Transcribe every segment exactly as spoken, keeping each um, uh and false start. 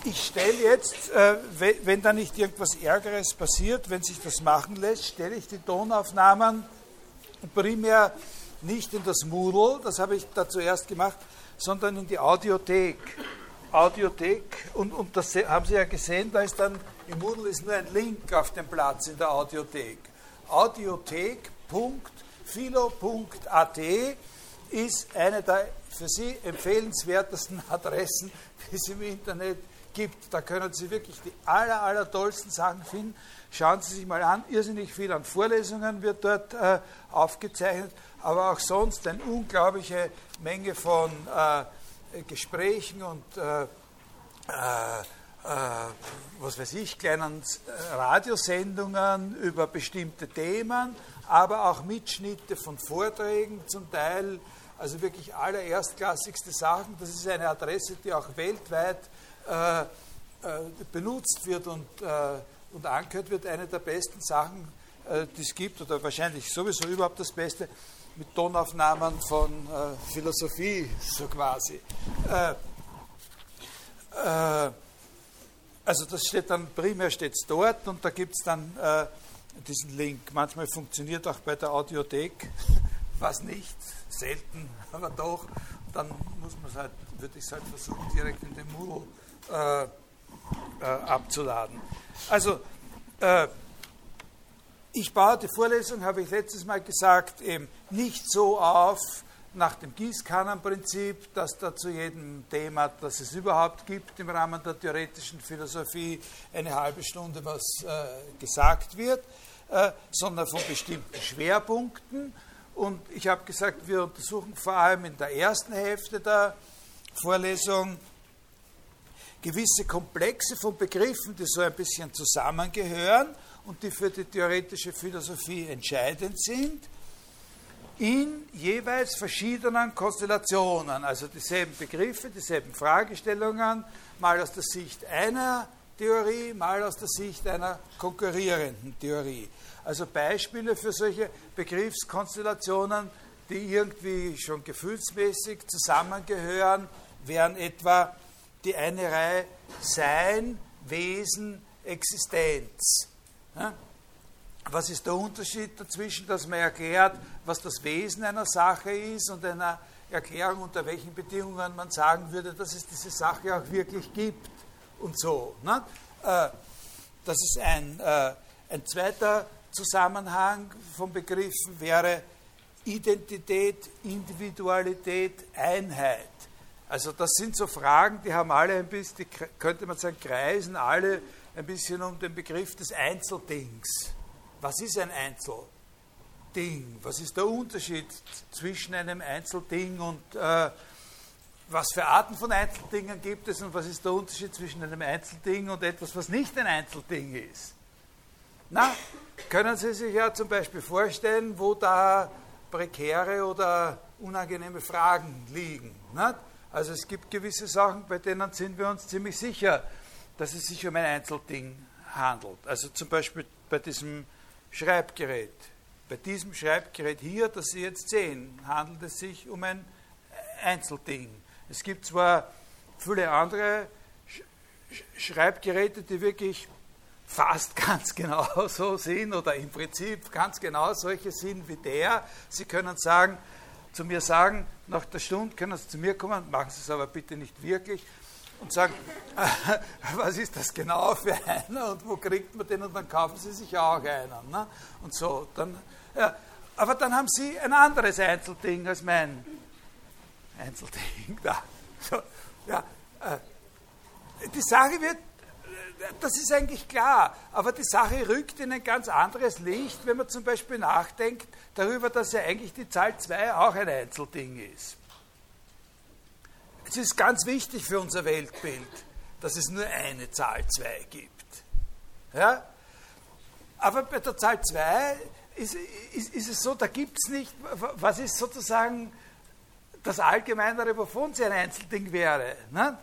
ich stelle jetzt, äh, wenn, wenn da nicht irgendwas Ärgeres passiert, wenn sich das machen lässt, stelle ich die Tonaufnahmen primär nicht in das Moodle, das habe ich da zuerst gemacht, sondern in die Audiothek. Audiothek, und, und das haben Sie ja gesehen, da ist dann, im Moodle ist nur ein Link auf dem Platz in der Audiothek. audiothek punkt philo punkt a t ist eine der für Sie empfehlenswertesten Adressen, die es im Internet gibt. Da können Sie wirklich die aller, aller tollsten Sachen finden. Schauen Sie sich mal an, irrsinnig viel an Vorlesungen wird dort äh, aufgezeichnet, aber auch sonst eine unglaubliche Menge von äh, Gesprächen und äh, äh, äh, was weiß ich, kleinen Radiosendungen über bestimmte Themen, aber auch Mitschnitte von Vorträgen zum Teil, also wirklich allererstklassigste Sachen. Das ist eine Adresse, die auch weltweit äh, äh, benutzt wird und, äh, und angehört wird. Eine der besten Sachen, äh, die es gibt, oder wahrscheinlich sowieso überhaupt das Beste, mit Tonaufnahmen von äh, Philosophie, so quasi. Äh, äh, also das steht dann, primär steht es dort und da gibt es dann äh, diesen Link. Manchmal funktioniert auch bei der Audiothek was nicht, selten, aber doch. Dann muss man es halt, würde ich es halt versuchen, direkt in den Moodle äh, äh, abzuladen. Also, äh, ich baue die Vorlesung, habe ich letztes Mal gesagt, eben nicht so auf nach dem Gießkannenprinzip, dass da zu jedem Thema, das es überhaupt gibt im Rahmen der theoretischen Philosophie, eine halbe Stunde was äh, gesagt wird, äh, sondern von bestimmten Schwerpunkten. Und ich habe gesagt, wir untersuchen vor allem in der ersten Hälfte der Vorlesung gewisse Komplexe von Begriffen, die so ein bisschen zusammengehören und die für die theoretische Philosophie entscheidend sind, in jeweils verschiedenen Konstellationen, also dieselben Begriffe, dieselben Fragestellungen, mal aus der Sicht einer Theorie, mal aus der Sicht einer konkurrierenden Theorie. Also Beispiele für solche Begriffskonstellationen, die irgendwie schon gefühlsmäßig zusammengehören, wären etwa die eine Reihe Sein, Wesen, Existenz. Ja? Was ist der Unterschied dazwischen, dass man erklärt, was das Wesen einer Sache ist und einer Erklärung, unter welchen Bedingungen man sagen würde, dass es diese Sache auch wirklich gibt und so. Ne? Das ist ein, ein zweiter Zusammenhang von Begriffen wäre Identität, Individualität, Einheit. Also das sind so Fragen, die haben alle ein bisschen, die könnte man sagen, kreisen alle ein bisschen um den Begriff des Einzeldings. Was ist ein Einzelding? Was ist der Unterschied zwischen einem Einzelding und äh, was für Arten von Einzeldingen gibt es und was ist der Unterschied zwischen einem Einzelding und etwas, was nicht ein Einzelding ist? Na, können Sie sich ja zum Beispiel vorstellen, wo da prekäre oder unangenehme Fragen liegen. Nicht? Also es gibt gewisse Sachen, bei denen sind wir uns ziemlich sicher, dass es sich um ein Einzelding handelt. Also zum Beispiel bei diesem Schreibgerät. Bei diesem Schreibgerät hier, das Sie jetzt sehen, handelt es sich um ein Einzelding. Es gibt zwar viele andere Schreibgeräte, die wirklich fast ganz genau so sind oder im Prinzip ganz genau solche sind wie der. Sie können sagen, zu mir sagen, nach der Stunde können Sie zu mir kommen, machen Sie es aber bitte nicht wirklich, und sagen, äh, was ist das genau für einer und wo kriegt man den und dann kaufen Sie sich auch einen. Ne? Und so, dann, ja, aber dann haben Sie ein anderes Einzelding als mein Einzelding da. So, ja, äh, die Sache wird, das ist eigentlich klar, aber die Sache rückt in ein ganz anderes Licht, wenn man zum Beispiel nachdenkt darüber, dass ja eigentlich die Zahl zwei auch ein Einzelding ist. Es ist ganz wichtig für unser Weltbild, dass es nur eine Zahl zwei gibt. Ja? Aber bei der Zahl zwei ist, ist, ist es so, da gibt es nicht, was ist sozusagen das Allgemeinere, wovon sie ein Einzelding wäre. Ne?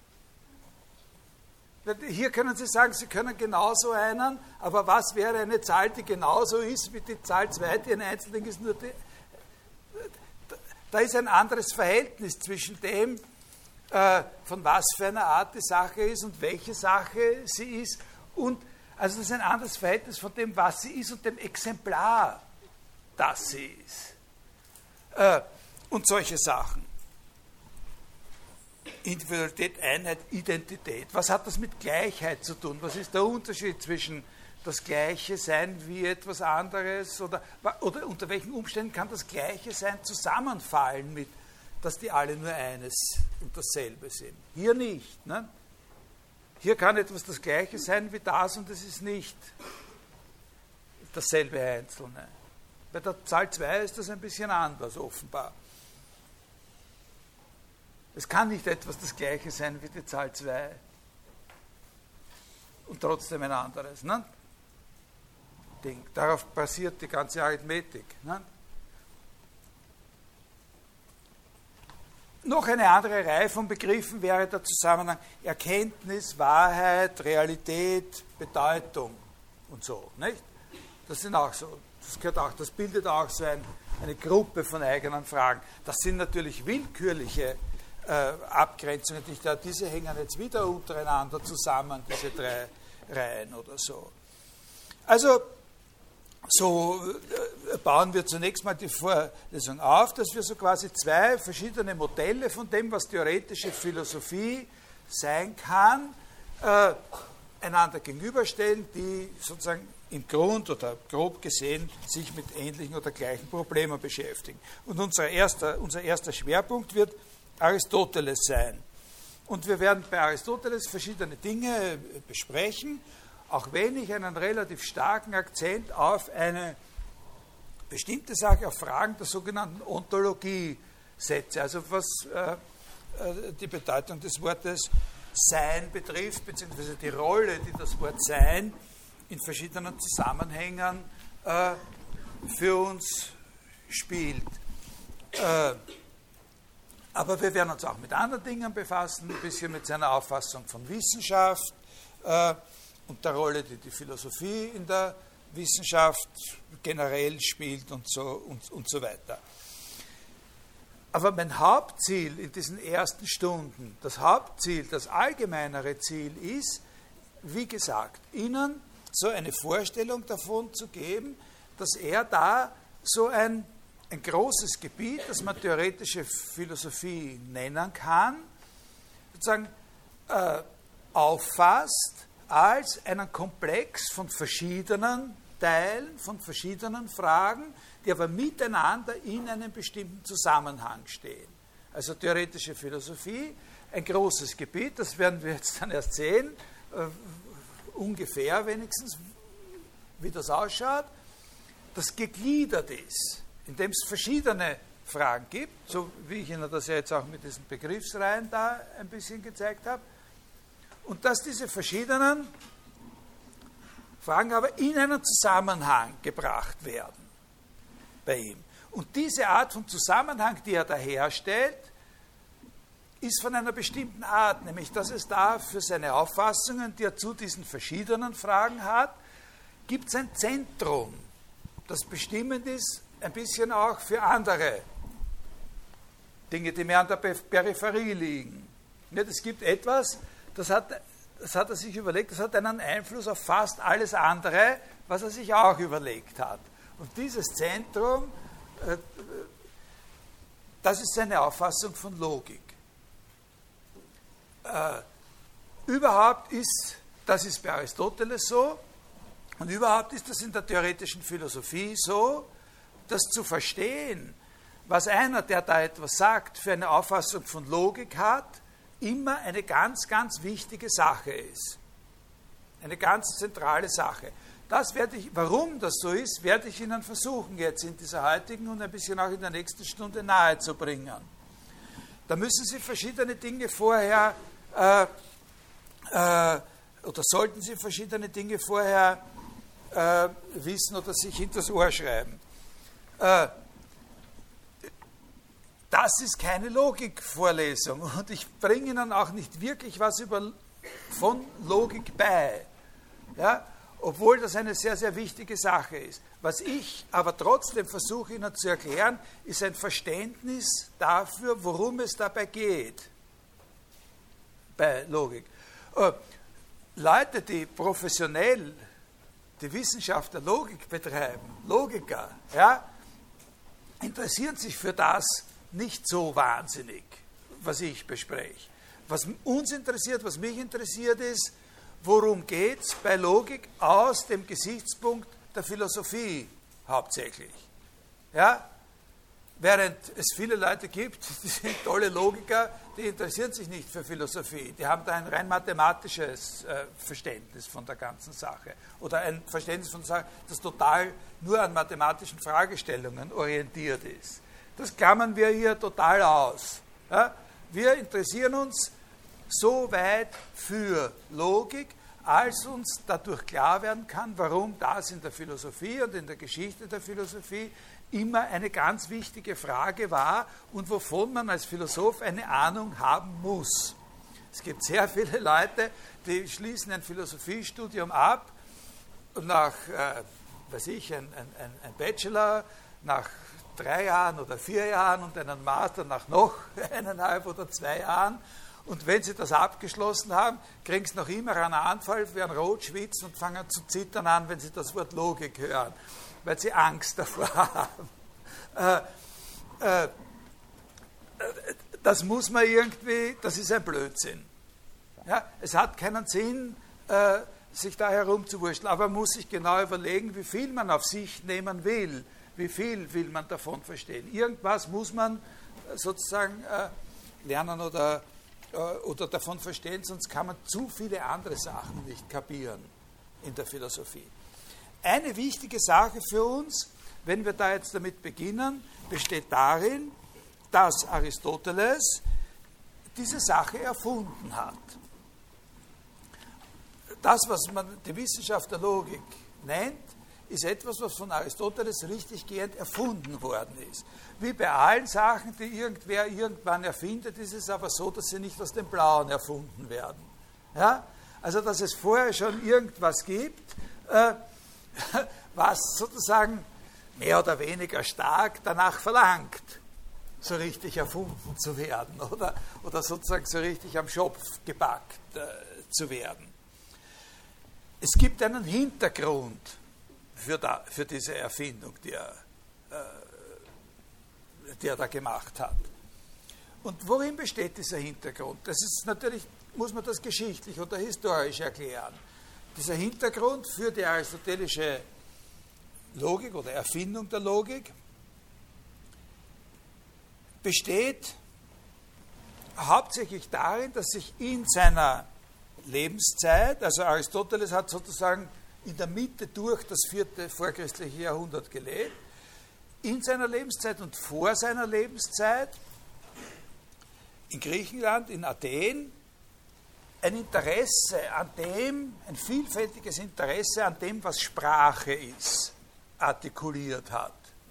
Hier können Sie sagen, Sie können genauso einen, aber was wäre eine Zahl, die genauso ist wie die Zahl zwei, die ein Einzelding ist? Nur die, da ist ein anderes Verhältnis zwischen dem, äh, von was für einer Art die Sache ist und welche Sache sie ist. Und also das ist ein anderes Verhältnis von dem, was sie ist und dem Exemplar, das sie ist. Äh, und solche Sachen. Individualität, Einheit, Identität. Was hat das mit Gleichheit zu tun? Was ist der Unterschied zwischen das Gleiche sein wie etwas anderes? Oder, oder unter welchen Umständen kann das Gleiche sein zusammenfallen mit, dass die alle nur eines und dasselbe sind? Hier nicht. Ne? Hier kann etwas das Gleiche sein wie das und es ist nicht dasselbe Einzelne. Bei der Zahl zwei ist das ein bisschen anders, offenbar. Es kann nicht etwas das Gleiche sein wie die Zahl zwei und trotzdem ein anderes. Ne? Ding. Darauf basiert die ganze Arithmetik. Ne? Noch eine andere Reihe von Begriffen wäre der Zusammenhang Erkenntnis, Wahrheit, Realität, Bedeutung und so. Nicht? Das sind auch so, das gehört auch, das bildet auch so ein, eine Gruppe von eigenen Fragen. Das sind natürlich willkürliche äh, Abgrenzungen, die da, diese hängen jetzt wieder untereinander zusammen, diese drei Reihen oder so. Also so äh, bauen wir zunächst mal die Vorlesung auf, dass wir so quasi zwei verschiedene Modelle von dem, was theoretische Philosophie sein kann, äh, einander gegenüberstellen, die sozusagen im Grund oder grob gesehen sich mit ähnlichen oder gleichen Problemen beschäftigen. Und unser erster, unser erster Schwerpunkt wird Aristoteles sein. Und wir werden bei Aristoteles verschiedene Dinge besprechen, auch wenn ich einen relativ starken Akzent auf eine bestimmte Sache, auf Fragen der sogenannten Ontologie setze. Also was äh, die Bedeutung des Wortes Sein betrifft, beziehungsweise die Rolle, die das Wort Sein in verschiedenen Zusammenhängen äh, für uns spielt. Äh, aber wir werden uns auch mit anderen Dingen befassen, ein bisschen mit seiner Auffassung von Wissenschaft äh, und der Rolle, die die Philosophie in der Wissenschaft generell spielt und so, und, und so weiter. Aber mein Hauptziel in diesen ersten Stunden, das Hauptziel, das allgemeinere Ziel ist, wie gesagt, Ihnen so eine Vorstellung davon zu geben, dass er da so ein, ein großes Gebiet, das man theoretische Philosophie nennen kann, sozusagen äh, auffasst als einen Komplex von verschiedenen Teilen, von verschiedenen Fragen, die aber miteinander in einem bestimmten Zusammenhang stehen. Also theoretische Philosophie, ein großes Gebiet, das werden wir jetzt dann erst sehen, äh, ungefähr wenigstens, wie das ausschaut, das gegliedert ist, indem es verschiedene Fragen gibt, so wie ich Ihnen das ja jetzt auch mit diesen Begriffsreihen da ein bisschen gezeigt habe, und dass diese verschiedenen Fragen aber in einen Zusammenhang gebracht werden bei ihm. Und diese Art von Zusammenhang, die er da herstellt, ist von einer bestimmten Art, nämlich dass es da für seine Auffassungen, die er zu diesen verschiedenen Fragen hat, gibt es ein Zentrum, das bestimmend ist, ein bisschen auch für andere Dinge, die mehr an der Peripherie liegen. Es gibt etwas, das hat, das hat er sich überlegt, das hat einen Einfluss auf fast alles andere, was er sich auch überlegt hat. Und dieses Zentrum, das ist seine Auffassung von Logik. Äh, überhaupt ist, das ist bei Aristoteles so, und überhaupt ist das in der theoretischen Philosophie so, dass zu verstehen, was einer, der da etwas sagt, für eine Auffassung von Logik hat, immer eine ganz, ganz wichtige Sache ist. Eine ganz zentrale Sache. Das werde ich, warum das so ist, werde ich Ihnen versuchen, jetzt in dieser heutigen und ein bisschen auch in der nächsten Stunde nahezubringen. Da müssen Sie verschiedene Dinge vorher, äh, äh, oder sollten Sie verschiedene Dinge vorher äh, wissen oder sich hinters Ohr schreiben. Äh, das ist keine Logikvorlesung und ich bringe Ihnen auch nicht wirklich was über, von Logik bei. Ja? Obwohl das eine sehr, sehr wichtige Sache ist. Was ich aber trotzdem versuche Ihnen zu erklären, ist ein Verständnis dafür, worum es dabei geht. bei Logik. Äh, Leute, die professionell die Wissenschaft der Logik betreiben, Logiker, ja, interessieren sich für das nicht so wahnsinnig, was ich bespreche. Was uns interessiert, was mich interessiert ist, worum geht es bei Logik aus dem Gesichtspunkt der Philosophie hauptsächlich. Ja? Während es viele Leute gibt, die sind tolle Logiker, die interessieren sich nicht für Philosophie. Die haben da ein rein mathematisches äh, Verständnis von der ganzen Sache. Oder ein Verständnis von der Sache, das total nur an mathematischen Fragestellungen orientiert ist. Das klammern wir hier total aus. Ja? Wir interessieren uns so weit für Logik, als uns dadurch klar werden kann, warum das in der Philosophie und in der Geschichte der Philosophie immer eine ganz wichtige Frage war und wovon man als Philosoph eine Ahnung haben muss. Es gibt sehr viele Leute, die schließen ein Philosophiestudium ab und nach, äh, weiß ich, ein, ein, ein Bachelor, nach drei Jahren oder vier Jahren und einen Master nach noch eineinhalb oder zwei Jahren. Und wenn sie das abgeschlossen haben, kriegen sie noch immer einen Anfall, werden rot, schwitzen und fangen zu zittern an, wenn sie das Wort Logik hören, weil sie Angst davor haben. Äh, äh, das muss man irgendwie, das ist ein Blödsinn. Ja, es hat keinen Sinn, äh, sich da herumzuwurschteln, aber man muss sich genau überlegen, wie viel man auf sich nehmen will, wie viel will man davon verstehen. Irgendwas muss man sozusagen äh, lernen oder oder davon verstehen, sonst kann man zu viele andere Sachen nicht kapieren in der Philosophie. Eine wichtige Sache für uns, wenn wir da jetzt damit beginnen, besteht darin, dass Aristoteles diese Sache erfunden hat. Das, was man die Wissenschaft der Logik nennt, ist etwas, was von Aristoteles richtiggehend erfunden worden ist. Wie bei allen Sachen, die irgendwer irgendwann erfindet, ist es aber so, dass sie nicht aus dem Blauen erfunden werden. Ja? Also, dass es vorher schon irgendwas gibt, äh, was sozusagen mehr oder weniger stark danach verlangt, so richtig erfunden zu werden oder, oder sozusagen so richtig am Schopf gepackt äh, zu werden. Es gibt einen Hintergrund Für, da, für diese Erfindung, die er, äh, die er da gemacht hat. Und worin besteht dieser Hintergrund? Das ist natürlich, muss man das geschichtlich oder historisch erklären. Dieser Hintergrund für die aristotelische Logik oder Erfindung der Logik besteht hauptsächlich darin, dass sich in seiner Lebenszeit, also Aristoteles hat sozusagen in der Mitte durch das vierte vorchristliche Jahrhundert gelebt, in seiner Lebenszeit und vor seiner Lebenszeit in Griechenland, in Athen, ein Interesse an dem, ein vielfältiges Interesse an dem, was Sprache ist, artikuliert hat.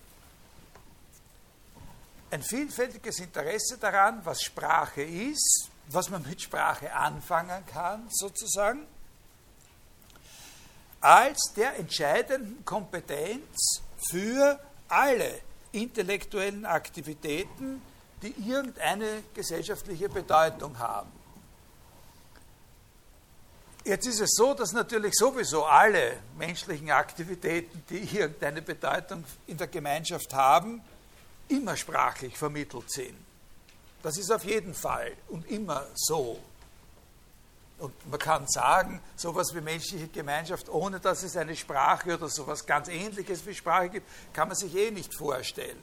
Ein vielfältiges Interesse daran, was Sprache ist, was man mit Sprache anfangen kann, sozusagen, als der entscheidenden Kompetenz für alle intellektuellen Aktivitäten, die irgendeine gesellschaftliche Bedeutung haben. Jetzt ist es so, dass natürlich sowieso alle menschlichen Aktivitäten, die irgendeine Bedeutung in der Gemeinschaft haben, immer sprachlich vermittelt sind. Das ist auf jeden Fall und immer so. Und man kann sagen, sowas wie menschliche Gemeinschaft, ohne dass es eine Sprache oder sowas ganz Ähnliches wie Sprache gibt, kann man sich eh nicht vorstellen.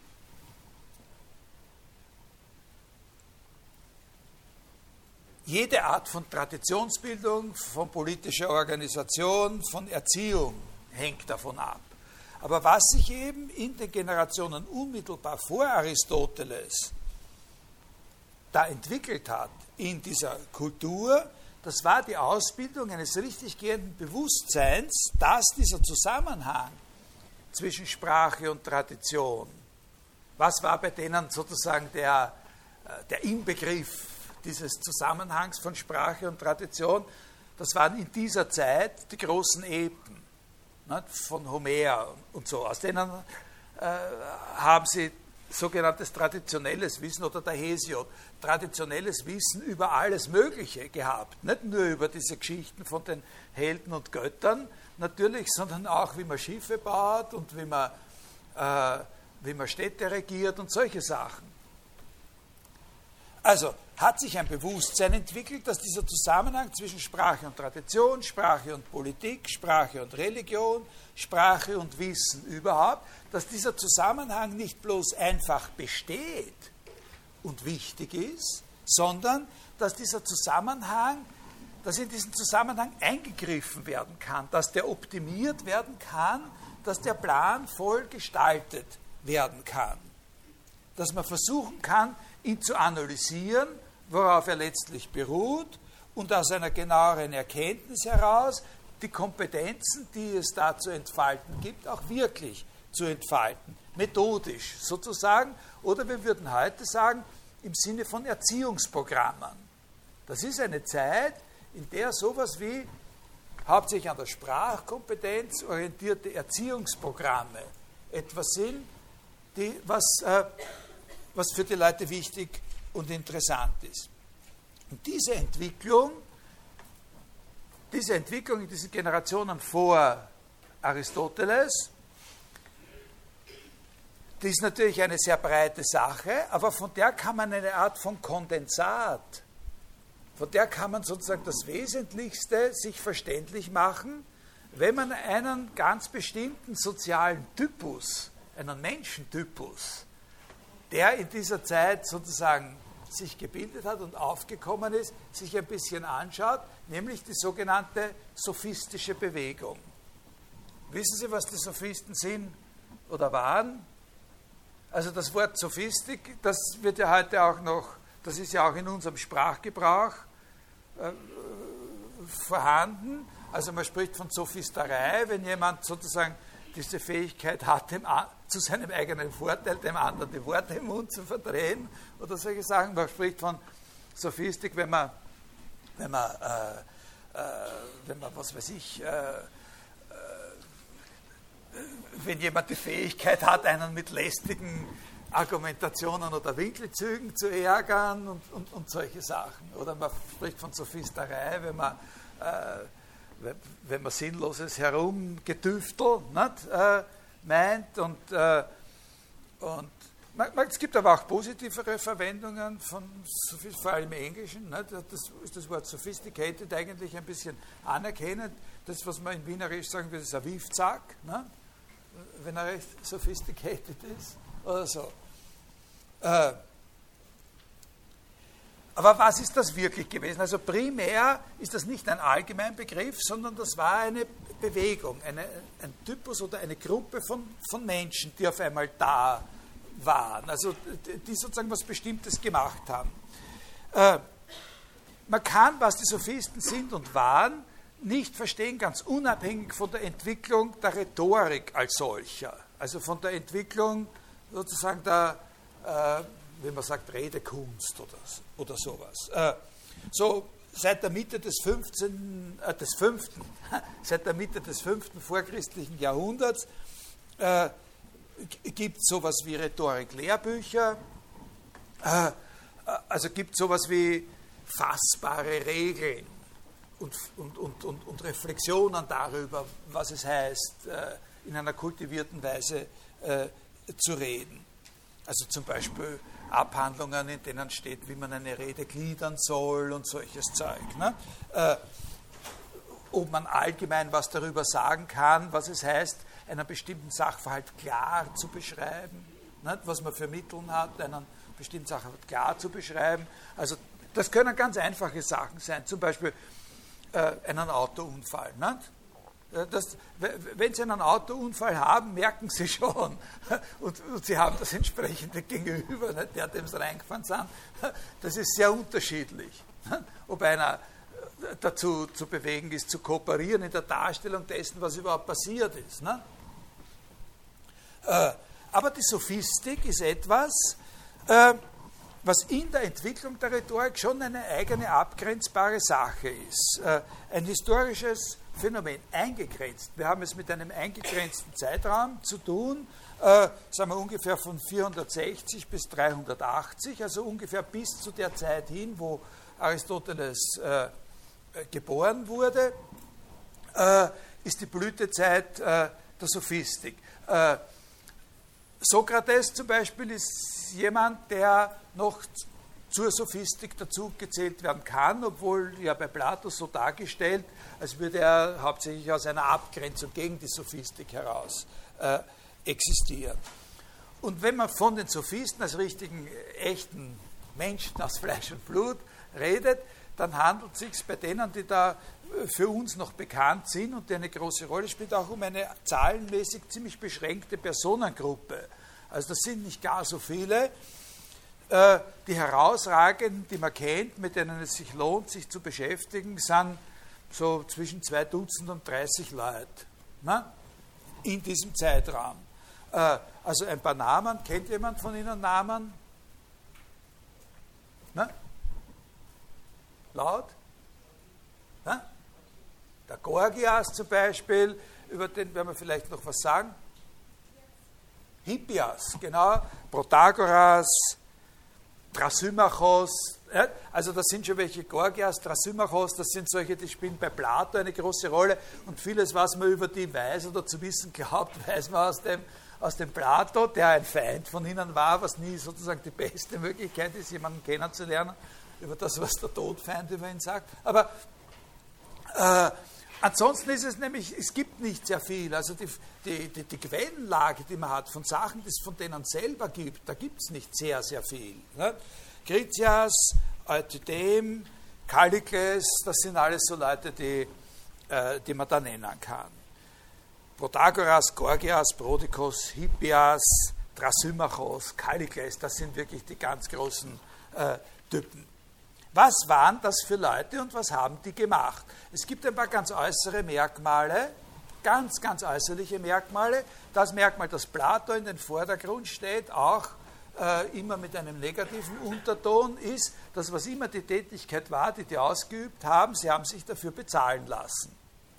Jede Art von Traditionsbildung, von politischer Organisation, von Erziehung hängt davon ab. Aber was sich eben in den Generationen unmittelbar vor Aristoteles da entwickelt hat, in dieser Kultur, das war die Ausbildung eines richtiggehenden Bewusstseins, dass dieser Zusammenhang zwischen Sprache und Tradition, was war bei denen sozusagen der, der Inbegriff dieses Zusammenhangs von Sprache und Tradition, das waren in dieser Zeit die großen Epen, ne, von Homer und so. Aus denen äh, haben sie sogenanntes traditionelles Wissen oder der Hesiod, traditionelles Wissen über alles Mögliche gehabt. Nicht nur über diese Geschichten von den Helden und Göttern natürlich, sondern auch, wie man Schiffe baut und wie man, äh, wie man Städte regiert und solche Sachen. Also hat sich ein Bewusstsein entwickelt, dass dieser Zusammenhang zwischen Sprache und Tradition, Sprache und Politik, Sprache und Religion, Sprache und Wissen überhaupt, dass dieser Zusammenhang nicht bloß einfach besteht und wichtig ist, sondern dass dieser Zusammenhang, dass in diesen Zusammenhang eingegriffen werden kann, dass der optimiert werden kann, dass der Plan voll gestaltet werden kann, dass man versuchen kann, ihn zu analysieren, worauf er letztlich beruht und aus einer genaueren Erkenntnis heraus die Kompetenzen, die es da zu entfalten gibt, auch wirklich zu entfalten, methodisch sozusagen, oder wir würden heute sagen, im Sinne von Erziehungsprogrammen. Das ist eine Zeit, in der sowas wie hauptsächlich an der Sprachkompetenz orientierte Erziehungsprogramme etwas sind, die, was, äh, was für die Leute wichtig und interessant ist. Und diese Entwicklung, diese Entwicklung in diesen Generationen vor Aristoteles, die ist natürlich eine sehr breite Sache, aber von der kann man eine Art von Kondensat, von der kann man sozusagen das Wesentlichste sich verständlich machen, wenn man einen ganz bestimmten sozialen Typus, einen Menschentypus, der in dieser Zeit sozusagen sich gebildet hat und aufgekommen ist, sich ein bisschen anschaut, nämlich die sogenannte sophistische Bewegung. Wissen Sie, was die Sophisten sind oder waren? Also das Wort Sophistik, das wird ja heute auch noch, das ist ja auch in unserem Sprachgebrauch äh, vorhanden. Also man spricht von Sophisterei, wenn jemand sozusagen diese Fähigkeit hat, dem, zu seinem eigenen Vorteil dem anderen die Worte im Mund zu verdrehen oder solche Sachen. Man spricht von Sophistik, wenn man, wenn man, äh, äh, wenn man was weiß ich, äh, wenn jemand die Fähigkeit hat, einen mit lästigen Argumentationen oder Winkelzügen zu ärgern und, und, und solche Sachen. Oder man spricht von Sophisterei, wenn man, äh, wenn man sinnloses Herumgetüftel nicht, äh, meint. Und, äh, und man, es gibt aber auch positivere Verwendungen von Sophistik, vor allem im Englischen. Nicht? Das ist das Wort sophisticated eigentlich ein bisschen anerkennend. Das, was man in Wienerisch sagen würde, ist ein Wiefzack. Nicht? Wenn er recht sophisticated ist oder so. Äh, aber was ist das wirklich gewesen? Also primär ist das nicht ein Allgemeinbegriff, sondern das war eine Bewegung, eine, ein Typus oder eine Gruppe von, von Menschen, die auf einmal da waren, also die sozusagen was Bestimmtes gemacht haben. Äh, man kann, was die Sophisten sind und waren, nicht verstehen, ganz unabhängig von der Entwicklung der Rhetorik als solcher, also von der Entwicklung sozusagen der, äh, wie man sagt, Redekunst oder, oder sowas. Äh, so seit der Mitte des fünfzehnten, äh, des fünften, seit der Mitte des fünften vorchristlichen Jahrhunderts äh, gibt es sowas wie Rhetorik-Lehrbücher, äh, also gibt es sowas wie fassbare Regeln und, und, und, und, und Reflexionen darüber, was es heißt, äh, in einer kultivierten Weise äh, zu reden. Also zum Beispiel Abhandlungen, in denen steht, wie man eine Rede gliedern soll und solches Zeug. Ne? Äh, ob man allgemein was darüber sagen kann, was es heißt, einen bestimmten Sachverhalt klar zu beschreiben, nicht? Was man für Mittel hat, einen bestimmten Sachverhalt klar zu beschreiben. Also das können ganz einfache Sachen sein, zum Beispiel äh, einen Autounfall. Nicht? Das, wenn Sie einen Autounfall haben, merken Sie schon, und, und Sie haben das entsprechende Gegenüber, nicht, der dem Sie reingefahren sind, das ist sehr unterschiedlich. Ob einer dazu zu bewegen ist, zu kooperieren in der Darstellung dessen, was überhaupt passiert ist. Ne? Aber die Sophistik ist etwas, was in der Entwicklung der Rhetorik schon eine eigene abgrenzbare Sache ist. Ein historisches Phänomen eingegrenzt. Wir haben es mit einem eingegrenzten Zeitraum zu tun, äh, sagen wir ungefähr von vierhundertsechzig bis dreihundertachtzig, also ungefähr bis zu der Zeit hin, wo Aristoteles äh, geboren wurde, äh, ist die Blütezeit äh, der Sophistik. Äh, Sokrates zum Beispiel ist jemand, der noch zur Sophistik dazu gezählt werden kann, obwohl ja bei Plato so dargestellt, als würde er hauptsächlich aus einer Abgrenzung gegen die Sophistik heraus äh, existieren. Und wenn man von den Sophisten als richtigen, echten Menschen aus Fleisch und Blut redet, dann handelt es sich bei denen, die da für uns noch bekannt sind und die eine große Rolle spielt, auch um eine zahlenmäßig ziemlich beschränkte Personengruppe. Also das sind nicht gar so viele. Die herausragenden, die man kennt, mit denen es sich lohnt, sich zu beschäftigen, sind so zwischen zwei Dutzend und dreißig Leute, ne? In diesem Zeitraum. Also ein paar Namen. Kennt jemand von Ihnen Namen? Ne? Laut? Ne? Der Gorgias zum Beispiel, über den werden wir vielleicht noch was sagen. Hippias, genau. Protagoras, Thrasymachos, ja, also das sind schon welche. Gorgias, Thrasymachos, das sind solche, die spielen bei Plato eine große Rolle und vieles, was man über die weiß oder zu wissen glaubt, weiß man aus dem, aus dem Plato, der ein Feind von ihnen war, was nie sozusagen die beste Möglichkeit ist, jemanden kennenzulernen, über das, was der Todfeind über ihn sagt. Aber äh, ansonsten ist es nämlich, es gibt nicht sehr viel. Also die, die, die, die Quellenlage, die man hat von Sachen, die es von denen selber gibt, da gibt es nicht sehr, sehr viel. Ne? Critias, Eutydem, Kallikles, das sind alles so Leute, die, äh, die man da nennen kann. Protagoras, Gorgias, Prodikos, Hippias, Thrasymachos, Kallikles, das sind wirklich die ganz großen äh, Typen. Was waren das für Leute und was haben die gemacht? Es gibt ein paar ganz äußere Merkmale, ganz, ganz äußerliche Merkmale. Das Merkmal, das Plato in den Vordergrund steht, auch äh, immer mit einem negativen Unterton, ist, dass was immer die Tätigkeit war, die die ausgeübt haben, sie haben sich dafür bezahlen lassen.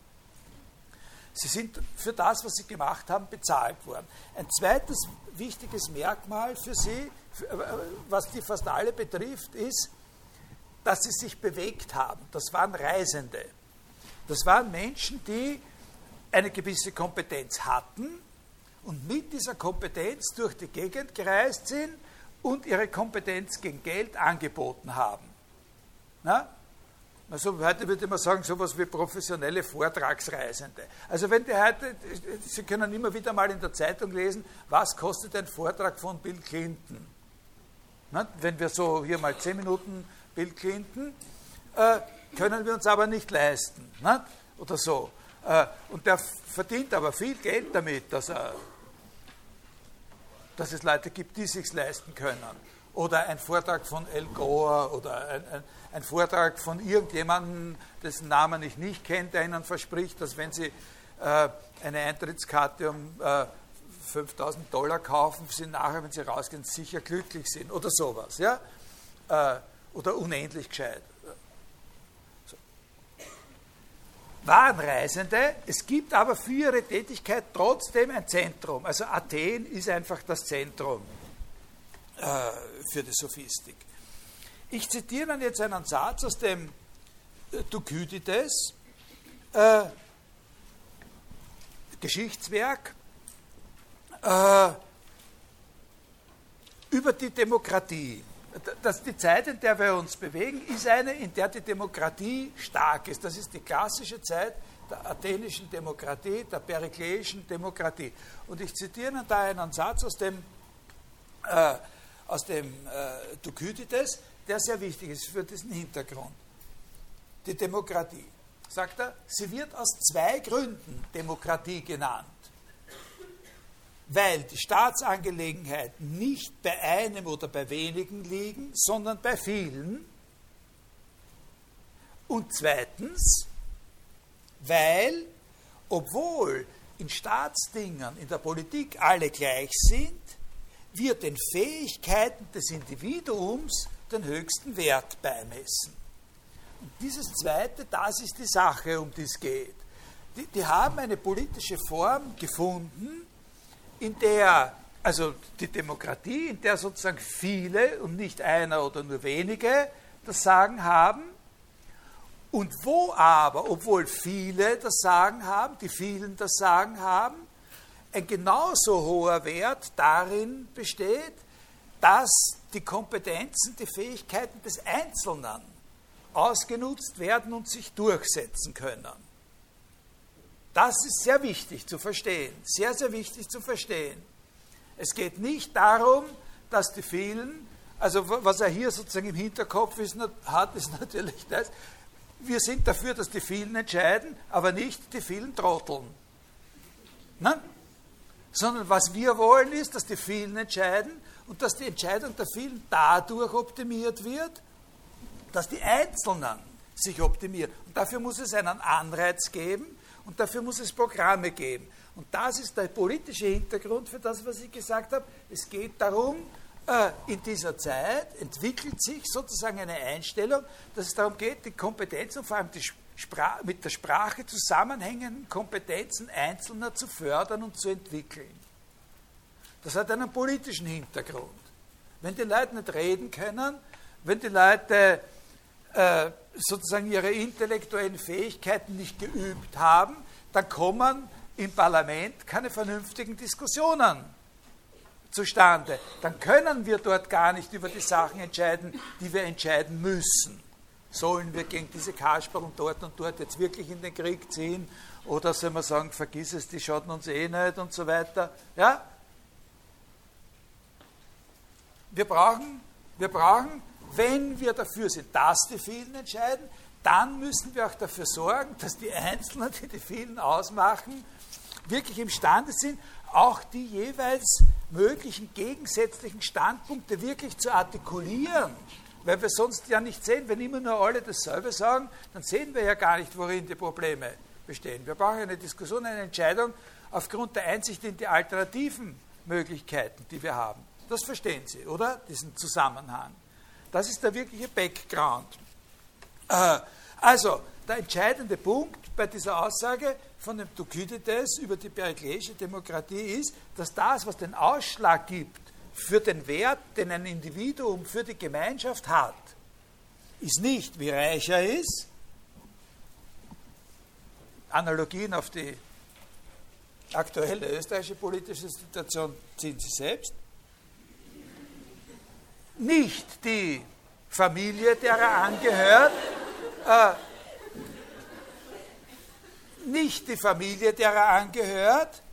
Sie sind für das, was sie gemacht haben, bezahlt worden. Ein zweites wichtiges Merkmal für sie, was die fast alle betrifft, ist, dass sie sich bewegt haben. Das waren Reisende. Das waren Menschen, die eine gewisse Kompetenz hatten und mit dieser Kompetenz durch die Gegend gereist sind und ihre Kompetenz gegen Geld angeboten haben. Na? Also heute würde man sagen, sowas wie professionelle Vortragsreisende. Also wenn die heute, Sie können immer wieder mal in der Zeitung lesen, was kostet ein Vortrag von Bill Clinton? Na? Wenn wir so hier mal zehn Minuten Bill Clinton, äh, können wir uns aber nicht leisten, ne? Oder so. Äh, und der verdient aber viel Geld damit, dass, er, dass es Leute gibt, die es sich leisten können. Oder ein Vortrag von Al Gore oder ein, ein, ein Vortrag von irgendjemandem, dessen Namen ich nicht kenne, der Ihnen verspricht, dass wenn Sie äh, eine Eintrittskarte um äh, fünftausend Dollar kaufen, Sie nachher, wenn Sie rausgehen, sicher glücklich sind oder sowas. Ja? Äh, oder unendlich gescheit. So. Waren Reisende, es gibt aber für ihre Tätigkeit trotzdem ein Zentrum. Also Athen ist einfach das Zentrum äh, für die Sophistik. Ich zitiere dann jetzt einen Satz aus dem äh, Thukydides, äh, Geschichtswerk, äh, über die Demokratie. Das, die Zeit, in der wir uns bewegen, ist eine, in der die Demokratie stark ist. Das ist die klassische Zeit der athenischen Demokratie, der perikleischen Demokratie. Und ich zitiere da einen Satz aus dem, äh, aus dem äh, Thukydides, der sehr wichtig ist für diesen Hintergrund. Die Demokratie, sagt er, sie wird aus zwei Gründen Demokratie genannt. Weil die Staatsangelegenheiten nicht bei einem oder bei wenigen liegen, sondern bei vielen. Und zweitens, weil, obwohl in Staatsdingen, in der Politik alle gleich sind, wir den Fähigkeiten des Individuums den höchsten Wert beimessen. Und dieses Zweite, das ist die Sache, um die es geht. die, die haben eine politische Form gefunden, in der, also die Demokratie, in der sozusagen viele und nicht einer oder nur wenige das Sagen haben, und wo aber, obwohl viele das Sagen haben, die vielen das Sagen haben, ein genauso hoher Wert darin besteht, dass die Kompetenzen, die Fähigkeiten des Einzelnen ausgenutzt werden und sich durchsetzen können. Das ist sehr wichtig zu verstehen, sehr, sehr wichtig zu verstehen. Es geht nicht darum, dass die vielen, also was er hier sozusagen im Hinterkopf ist, hat, ist natürlich das, wir sind dafür, dass die vielen entscheiden, aber nicht die vielen trotteln. Nein? Sondern was wir wollen ist, dass die vielen entscheiden und dass die Entscheidung der vielen dadurch optimiert wird, dass die Einzelnen sich optimieren. Und dafür muss es einen Anreiz geben und dafür muss es Programme geben. Und das ist der politische Hintergrund für das, was ich gesagt habe. Es geht darum, in dieser Zeit entwickelt sich sozusagen eine Einstellung, dass es darum geht, die Kompetenzen und vor allem die Spra- mit der Sprache zusammenhängenden Kompetenzen Einzelner zu fördern und zu entwickeln. Das hat einen politischen Hintergrund. Wenn die Leute nicht reden können, wenn die Leute äh, sozusagen ihre intellektuellen Fähigkeiten nicht geübt haben, dann kommen im Parlament keine vernünftigen Diskussionen zustande. Dann können wir dort gar nicht über die Sachen entscheiden, die wir entscheiden müssen. Sollen wir gegen diese Kasperl und dort und dort jetzt wirklich in den Krieg ziehen? Oder sollen wir sagen, vergiss es, die schaden uns eh nicht und so weiter? Ja? Wir brauchen, wir brauchen, wenn wir dafür sind, dass die vielen entscheiden, dann müssen wir auch dafür sorgen, dass die Einzelnen, die die vielen ausmachen, wirklich imstande sind, auch die jeweils möglichen gegensätzlichen Standpunkte wirklich zu artikulieren. Weil wir sonst ja nicht sehen, wenn immer nur alle dasselbe sagen, dann sehen wir ja gar nicht, worin die Probleme bestehen. Wir brauchen eine Diskussion, eine Entscheidung aufgrund der Einsicht in die alternativen Möglichkeiten, die wir haben. Das verstehen Sie, oder? Diesen Zusammenhang. Das ist der wirkliche Background. Äh, also, der entscheidende Punkt bei dieser Aussage von dem Thukydides über die perikleische Demokratie ist, dass das, was den Ausschlag gibt für den Wert, den ein Individuum für die Gemeinschaft hat, ist nicht, wie reich er ist. Analogien auf die aktuelle österreichische politische Situation ziehen Sie selbst. Nicht die Familie, der er angehört, äh, nicht die Familie, der er angehört,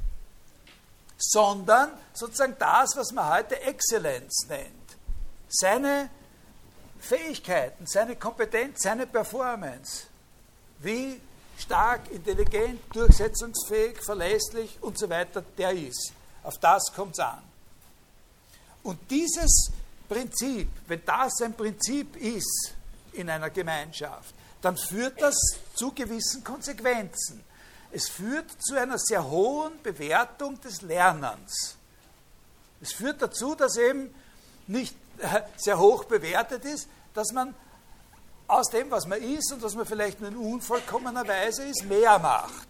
sondern sozusagen das, was man heute Exzellenz nennt. Seine Fähigkeiten, seine Kompetenz, seine Performance. Wie stark, intelligent, durchsetzungsfähig, verlässlich und so weiter der ist. Auf das kommt es an. Und dieses Prinzip, wenn das ein Prinzip ist in einer Gemeinschaft, dann führt das zu gewissen Konsequenzen. Es führt zu einer sehr hohen Bewertung des Lernens. Es führt dazu, dass eben nicht sehr hoch bewertet ist, dass man aus dem, was man ist und was man vielleicht nur in unvollkommener Weise ist, mehr macht.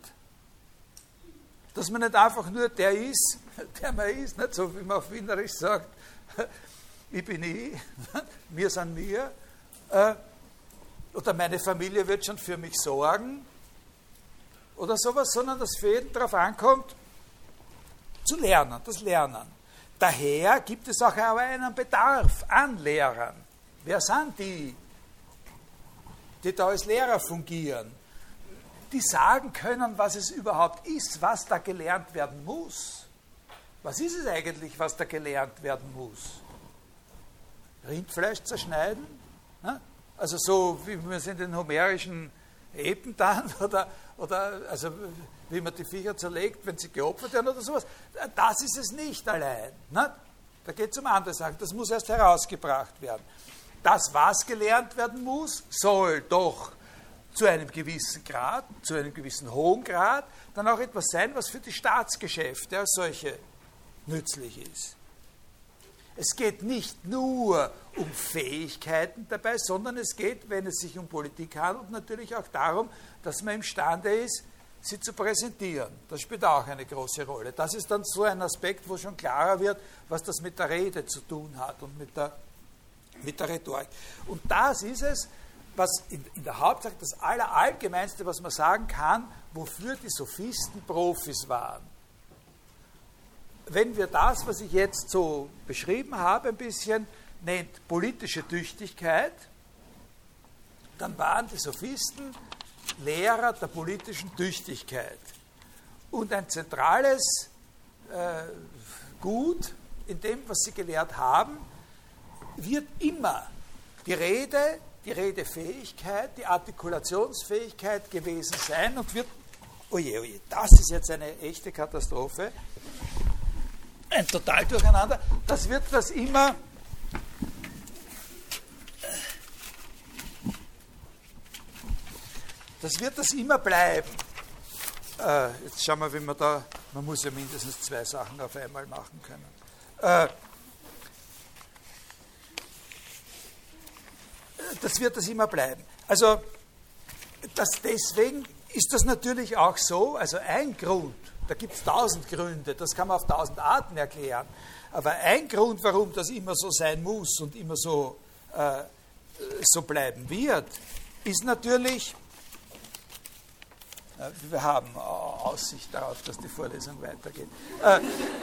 Dass man nicht einfach nur der ist, der man ist, nicht so wie man auf Wienerisch sagt, ich bin ich, wir sind wir, äh, oder meine Familie wird schon für mich sorgen, oder sowas, sondern dass für jeden darauf ankommt, zu lernen, das Lernen. Daher gibt es auch aber einen Bedarf an Lehrern. Wer sind die, die da als Lehrer fungieren? Die sagen können, was es überhaupt ist, was da gelernt werden muss. Was ist es eigentlich, was da gelernt werden muss? Rindfleisch zerschneiden? Ne? Also so, wie man es in den homerischen Epen dann, oder, oder also wie man die Viecher zerlegt, wenn sie geopfert werden oder sowas. Das ist es nicht allein. Ne? Da geht es um andere Sachen. Das muss erst herausgebracht werden. Das, was gelernt werden muss, soll doch zu einem gewissen Grad, zu einem gewissen hohen Grad, dann auch etwas sein, was für die Staatsgeschäfte als solche nützlich ist. Es geht nicht nur um Fähigkeiten dabei, sondern es geht, wenn es sich um Politik handelt, natürlich auch darum, dass man imstande ist, sie zu präsentieren. Das spielt auch eine große Rolle. Das ist dann so ein Aspekt, wo schon klarer wird, was das mit der Rede zu tun hat und mit der, mit der Rhetorik. Und das ist es, was in, in der Hauptsache das Allerallgemeinste, was man sagen kann, wofür die Sophisten Profis waren. Wenn wir das, was ich jetzt so beschrieben habe, ein bisschen nennt politische Tüchtigkeit, dann waren die Sophisten Lehrer der politischen Tüchtigkeit. Und ein zentrales äh, Gut in dem, was sie gelehrt haben, wird immer die Rede, die Redefähigkeit, die Artikulationsfähigkeit gewesen sein und wird, oje, oje, das ist jetzt eine echte Katastrophe, ein total Durcheinander, das wird das immer Das wird das immer bleiben. Äh, jetzt schauen wir, wie man da, man muss ja mindestens zwei Sachen auf einmal machen können. Äh, das wird das immer bleiben. Also das, deswegen ist das natürlich auch so, also ein Grund, da gibt es tausend Gründe, das kann man auf tausend Arten erklären, aber ein Grund, warum das immer so sein muss und immer so, äh, so bleiben wird, ist natürlich, wir haben Aussicht darauf, dass die Vorlesung weitergeht, äh,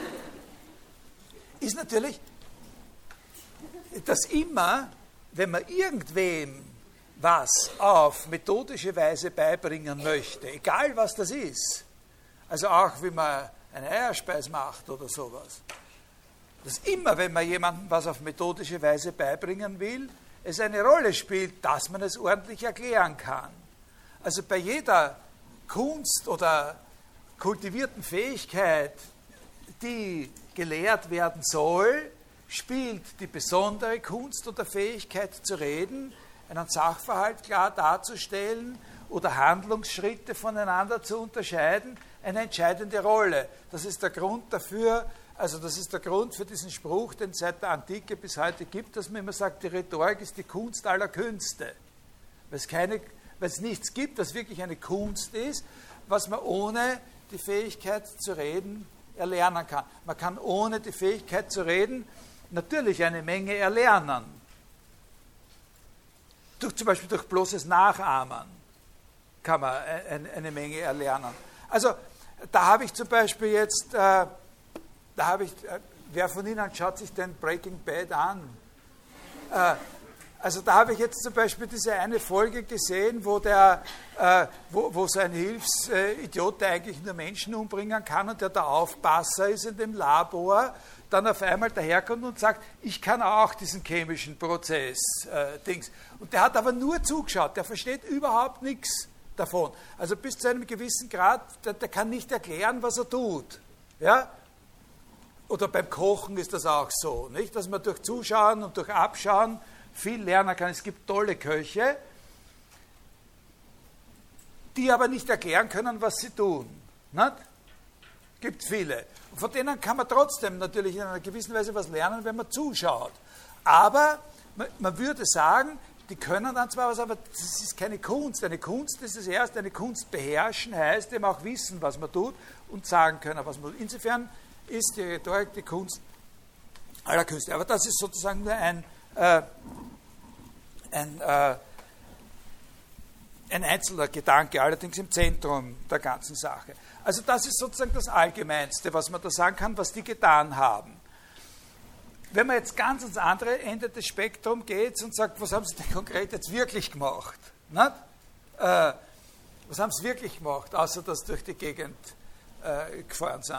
ist natürlich, dass immer, wenn man irgendwem was auf methodische Weise beibringen möchte, egal was das ist, also auch wie man eine Eierspeis macht oder sowas, dass immer, wenn man jemandem was auf methodische Weise beibringen will, es eine Rolle spielt, dass man es ordentlich erklären kann. Also bei jeder Kunst oder kultivierten Fähigkeit, die gelehrt werden soll, spielt die besondere Kunst oder Fähigkeit zu reden, einen Sachverhalt klar darzustellen oder Handlungsschritte voneinander zu unterscheiden, eine entscheidende Rolle. Das ist der Grund dafür, also das ist der Grund für diesen Spruch, den es seit der Antike bis heute gibt, dass man immer sagt, die Rhetorik ist die Kunst aller Künste. Weil es keine weil es nichts gibt, das wirklich eine Kunst ist, was man ohne die Fähigkeit zu reden erlernen kann. Man kann ohne die Fähigkeit zu reden natürlich eine Menge erlernen. Durch, zum Beispiel durch bloßes Nachahmen kann man eine, eine Menge erlernen. Also da habe ich zum Beispiel jetzt, äh, da habe ich, äh, wer von Ihnen schaut sich den Breaking Bad an? Äh, Also da habe ich jetzt zum Beispiel diese eine Folge gesehen, wo, der, äh, wo, wo so ein Hilfsidiot, der eigentlich nur Menschen umbringen kann und der der Aufpasser ist in dem Labor, dann auf einmal daherkommt und sagt, ich kann auch diesen chemischen Prozess, äh, Dings. Und der hat aber nur zugeschaut, der versteht überhaupt nichts davon. Also bis zu einem gewissen Grad, der, der kann nicht erklären, was er tut. Ja? Oder beim Kochen ist das auch so, nicht? Dass man durch Zuschauen und durch Abschauen viel lernen kann. Es gibt tolle Köche, die aber nicht erklären können, was sie tun. Es gibt viele. Und von denen kann man trotzdem natürlich in einer gewissen Weise was lernen, wenn man zuschaut. Aber man, man würde sagen, die können dann zwar was, aber das ist keine Kunst. Eine Kunst ist es erst, eine Kunst beherrschen heißt eben auch wissen, was man tut und sagen können, was man tut. Insofern ist die Rhetorik die Kunst aller Künste. Aber das ist sozusagen nur ein Äh, ein, äh, ein einzelner Gedanke, allerdings im Zentrum der ganzen Sache. Also das ist sozusagen das Allgemeinste, was man da sagen kann, was die getan haben. Wenn man jetzt ganz ans andere Ende des Spektrums geht und sagt, was haben sie denn konkret jetzt wirklich gemacht? Äh, was haben sie wirklich gemacht, außer dass sie durch die Gegend äh, gefahren sind?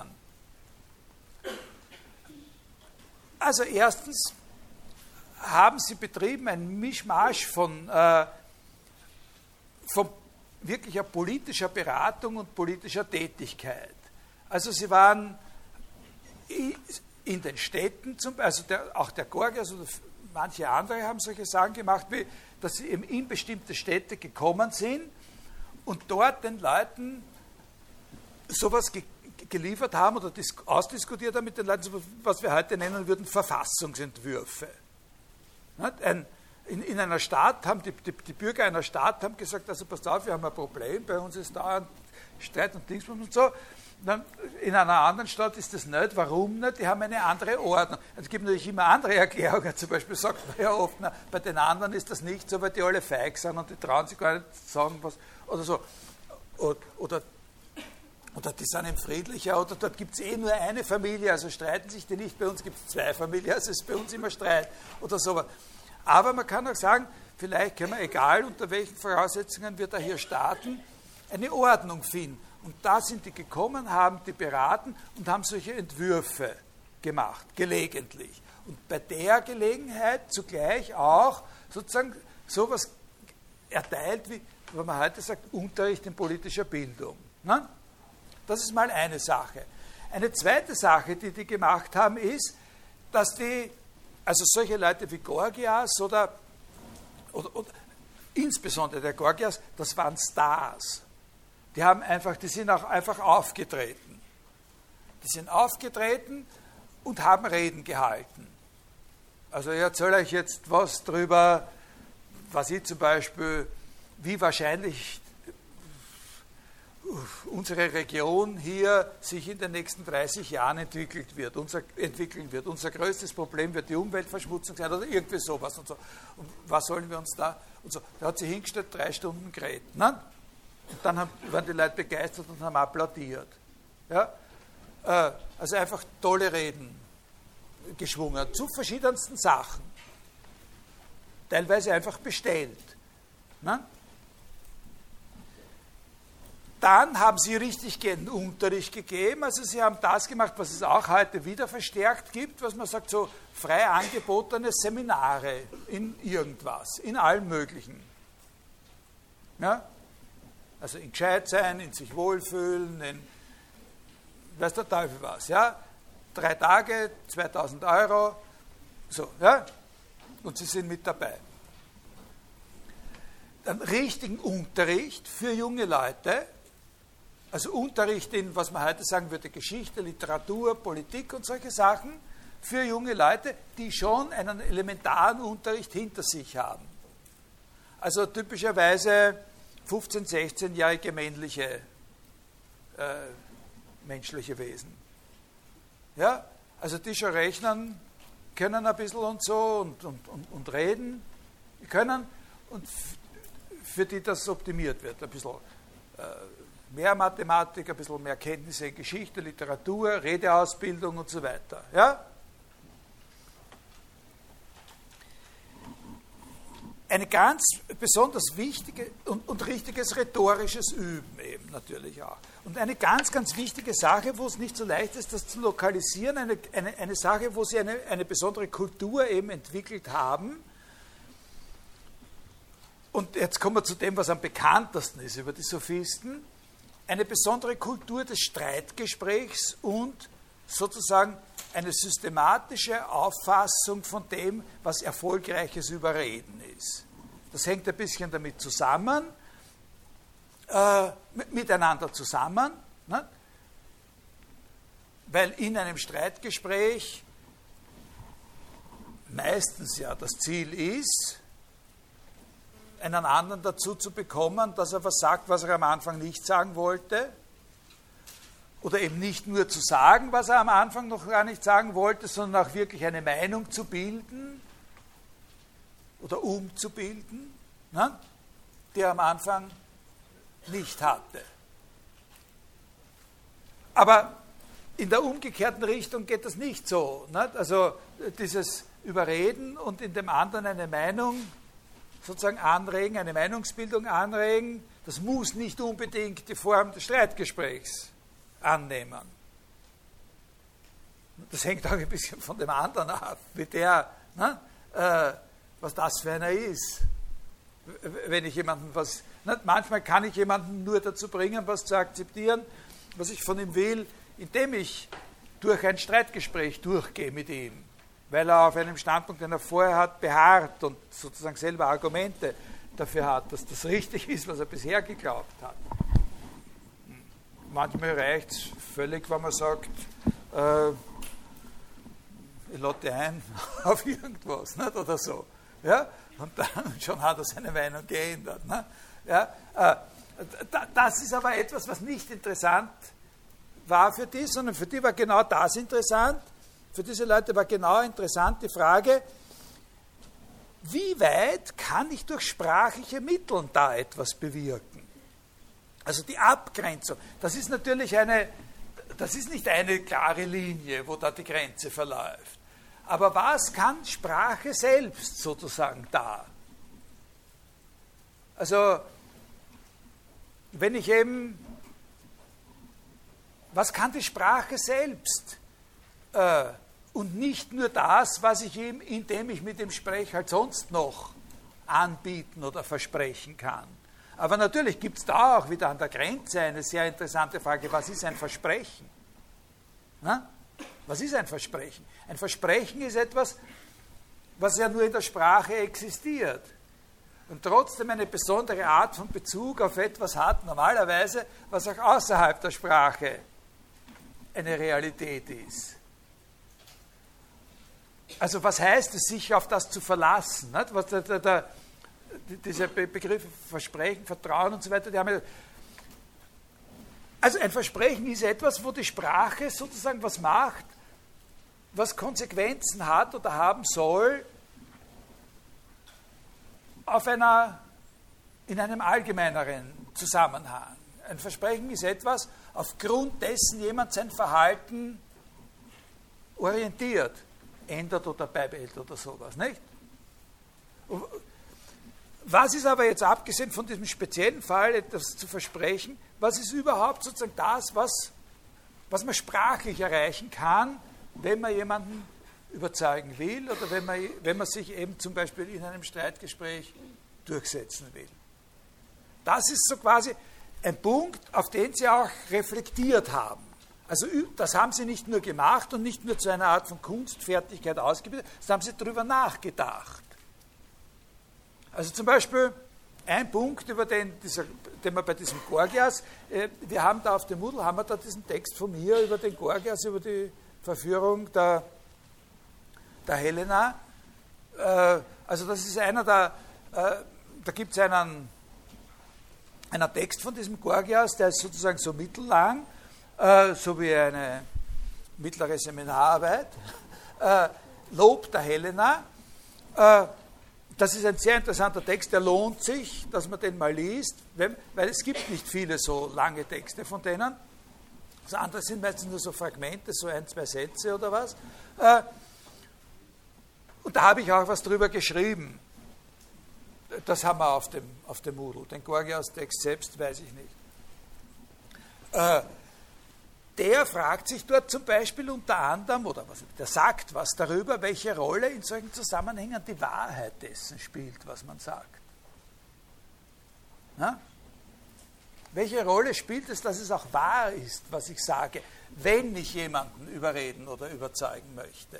Also erstens haben sie betrieben ein Mischmasch von, äh, von wirklicher politischer Beratung und politischer Tätigkeit. Also sie waren in den Städten, zum, also der, auch der Gorgias oder manche andere haben solche Sachen gemacht, wie dass sie eben in bestimmte Städte gekommen sind und dort den Leuten sowas ge geliefert haben oder ausdiskutiert haben mit den Leuten, was wir heute nennen würden Verfassungsentwürfe. Ein, in, in einer Stadt haben die, die, die Bürger einer Stadt haben gesagt, also passt auf, wir haben ein Problem, bei uns ist dauernd Streit und Dingsbums und so. Dann in einer anderen Stadt ist das nicht. Warum nicht? Die haben eine andere Ordnung. Es gibt natürlich immer andere Erklärungen. Zum Beispiel sagt man ja oft, na, bei den anderen ist das nicht so, weil die alle feig sind und die trauen sich gar nicht sagen, was oder so. Oder, oder, oder die sind eben friedlicher. Oder dort gibt es eh nur eine Familie, also streiten sich die nicht. Bei uns gibt es zwei Familien, also ist bei uns immer Streit oder sowas. Aber man kann auch sagen, vielleicht können wir, egal unter welchen Voraussetzungen wir da hier starten, eine Ordnung finden. Und da sind die gekommen, haben die beraten und haben solche Entwürfe gemacht, gelegentlich. Und bei der Gelegenheit zugleich auch sozusagen sowas erteilt, wie wenn man heute sagt, Unterricht in politischer Bildung. Ne? Das ist mal eine Sache. Eine zweite Sache, die die gemacht haben, ist, dass die, also solche Leute wie Gorgias oder, oder, oder insbesondere der Gorgias, das waren Stars. Die haben einfach, die sind auch einfach aufgetreten. Die sind aufgetreten und haben Reden gehalten. Also ich erzähle euch jetzt was drüber, was ich zum Beispiel, wie wahrscheinlich unsere Region hier sich in den nächsten dreißig Jahren entwickelt wird, unser, entwickeln wird. Unser größtes Problem wird die Umweltverschmutzung sein oder irgendwie sowas und so. Und was sollen wir uns da? Und so. Da hat sie hingestellt, drei Stunden geredet. Ne? Und dann haben, waren die Leute begeistert und haben applaudiert. Ja? Äh, also einfach tolle Reden geschwungen zu verschiedensten Sachen. Teilweise einfach bestellt. Ne? Dann haben sie richtig gehenden Unterricht gegeben. Also sie haben das gemacht, was es auch heute wieder verstärkt gibt, was man sagt, so frei angebotene Seminare in irgendwas, in allem Möglichen. Ja? Also in Gescheitsein, in sich wohlfühlen, in weiß der Teufel was. Ja? Drei Tage, zweitausend Euro, so, ja? Und sie sind mit dabei. Dann richtigen Unterricht für junge Leute, also Unterricht in, was man heute sagen würde, Geschichte, Literatur, Politik und solche Sachen, für junge Leute, die schon einen elementaren Unterricht hinter sich haben. Also typischerweise fünfzehn-, sechzehnjährige männliche äh, menschliche Wesen. Ja, also die schon rechnen können ein bisschen und so und, und, und, und reden können und für die das optimiert wird. Ein bisschen äh, mehr Mathematik, ein bisschen mehr Kenntnisse in Geschichte, Literatur, Redeausbildung und so weiter. Ja? Eine ganz besonders wichtige und, und richtiges rhetorisches Üben eben natürlich auch. Und eine ganz, ganz wichtige Sache, wo es nicht so leicht ist, das zu lokalisieren, eine, eine, eine Sache, wo sie eine, eine besondere Kultur eben entwickelt haben. Und jetzt kommen wir zu dem, was am bekanntesten ist über die Sophisten. Eine besondere Kultur des Streitgesprächs und sozusagen eine systematische Auffassung von dem, was erfolgreiches Überreden ist. Das hängt ein bisschen damit zusammen, äh, miteinander zusammen, ne? Weil in einem Streitgespräch meistens ja das Ziel ist, einen anderen dazu zu bekommen, dass er was sagt, was er am Anfang nicht sagen wollte. Oder eben nicht nur zu sagen, was er am Anfang noch gar nicht sagen wollte, sondern auch wirklich eine Meinung zu bilden oder umzubilden, ne, die er am Anfang nicht hatte. Aber in der umgekehrten Richtung geht das nicht so. Ne? Also dieses Überreden und in dem anderen eine Meinung sozusagen anregen, eine Meinungsbildung anregen, das muss nicht unbedingt die Form des Streitgesprächs annehmen. Das hängt auch ein bisschen von dem anderen ab, wie der, ne, äh, was das für einer ist. Wenn ich jemanden was, ne, manchmal kann ich jemanden nur dazu bringen, was zu akzeptieren, was ich von ihm will, indem ich durch ein Streitgespräch durchgehe mit ihm, weil er auf einem Standpunkt, den er vorher hat, beharrt und sozusagen selber Argumente dafür hat, dass das richtig ist, was er bisher geglaubt hat. Manchmal reicht es völlig, wenn man sagt, äh, ich lade ein auf irgendwas, nicht? Oder so. Ja? Und dann schon hat er seine Meinung geändert. Ne? Ja, äh, das ist aber etwas, was nicht interessant war für die, sondern für die war genau das interessant. Für diese Leute war genau interessant die Frage, wie weit kann ich durch sprachliche Mittel da etwas bewirken? Also die Abgrenzung. Das ist natürlich eine, das ist nicht eine klare Linie, wo da die Grenze verläuft. Aber was kann Sprache selbst sozusagen da? Also, wenn ich eben, was kann die Sprache selbst? Äh, und nicht nur das, was ich ihm, indem ich mit dem spreche, halt sonst noch anbieten oder versprechen kann. Aber natürlich gibt es da auch wieder an der Grenze eine sehr interessante Frage, was ist ein Versprechen? Na? Was ist ein Versprechen? Ein Versprechen ist etwas, was ja nur in der Sprache existiert und trotzdem eine besondere Art von Bezug auf etwas hat, normalerweise, was auch außerhalb der Sprache eine Realität ist. Also was heißt es, sich auf das zu verlassen? Nicht? Was der, der, der, diese Begriffe Versprechen, Vertrauen und so weiter, die haben ja. Also ein Versprechen ist etwas, wo die Sprache sozusagen was macht, was Konsequenzen hat oder haben soll auf einer, in einem allgemeineren Zusammenhang. Ein Versprechen ist etwas, aufgrund dessen jemand sein Verhalten orientiert, ändert oder beibehält oder sowas, nicht? Was ist aber jetzt, abgesehen von diesem speziellen Fall, etwas zu versprechen, was ist überhaupt sozusagen das, was, was man sprachlich erreichen kann, wenn man jemanden überzeugen will oder wenn man, wenn man sich eben zum Beispiel in einem Streitgespräch durchsetzen will? Das ist so quasi ein Punkt, auf den Sie auch reflektiert haben. Also das haben Sie nicht nur gemacht und nicht nur zu einer Art von Kunstfertigkeit ausgebildet, sondern haben Sie darüber nachgedacht. Also zum Beispiel ein Punkt, über den, dieser, den wir bei diesem Gorgias, äh, wir haben da auf dem Moodle, haben wir da diesen Text von mir über den Gorgias, über die Verführung der, der Helena. Äh, also das ist einer der, äh, da gibt es einen, einen Text von diesem Gorgias, der ist sozusagen so mittellang, äh, so wie eine mittlere Seminararbeit, äh, Lob der Helena. Äh, Das ist ein sehr interessanter Text, der lohnt sich, dass man den mal liest, weil es gibt nicht viele so lange Texte von denen. Das andere sind meistens nur so Fragmente, so ein, zwei Sätze oder was. Und da habe ich auch was drüber geschrieben. Das haben wir auf dem, auf dem Moodle. Den Gorgias-Text selbst weiß ich nicht. Der fragt sich dort zum Beispiel unter anderem, oder was, der sagt was darüber, welche Rolle in solchen Zusammenhängen die Wahrheit dessen spielt, was man sagt. Na? Welche Rolle spielt es, dass es auch wahr ist, was ich sage, wenn ich jemanden überreden oder überzeugen möchte?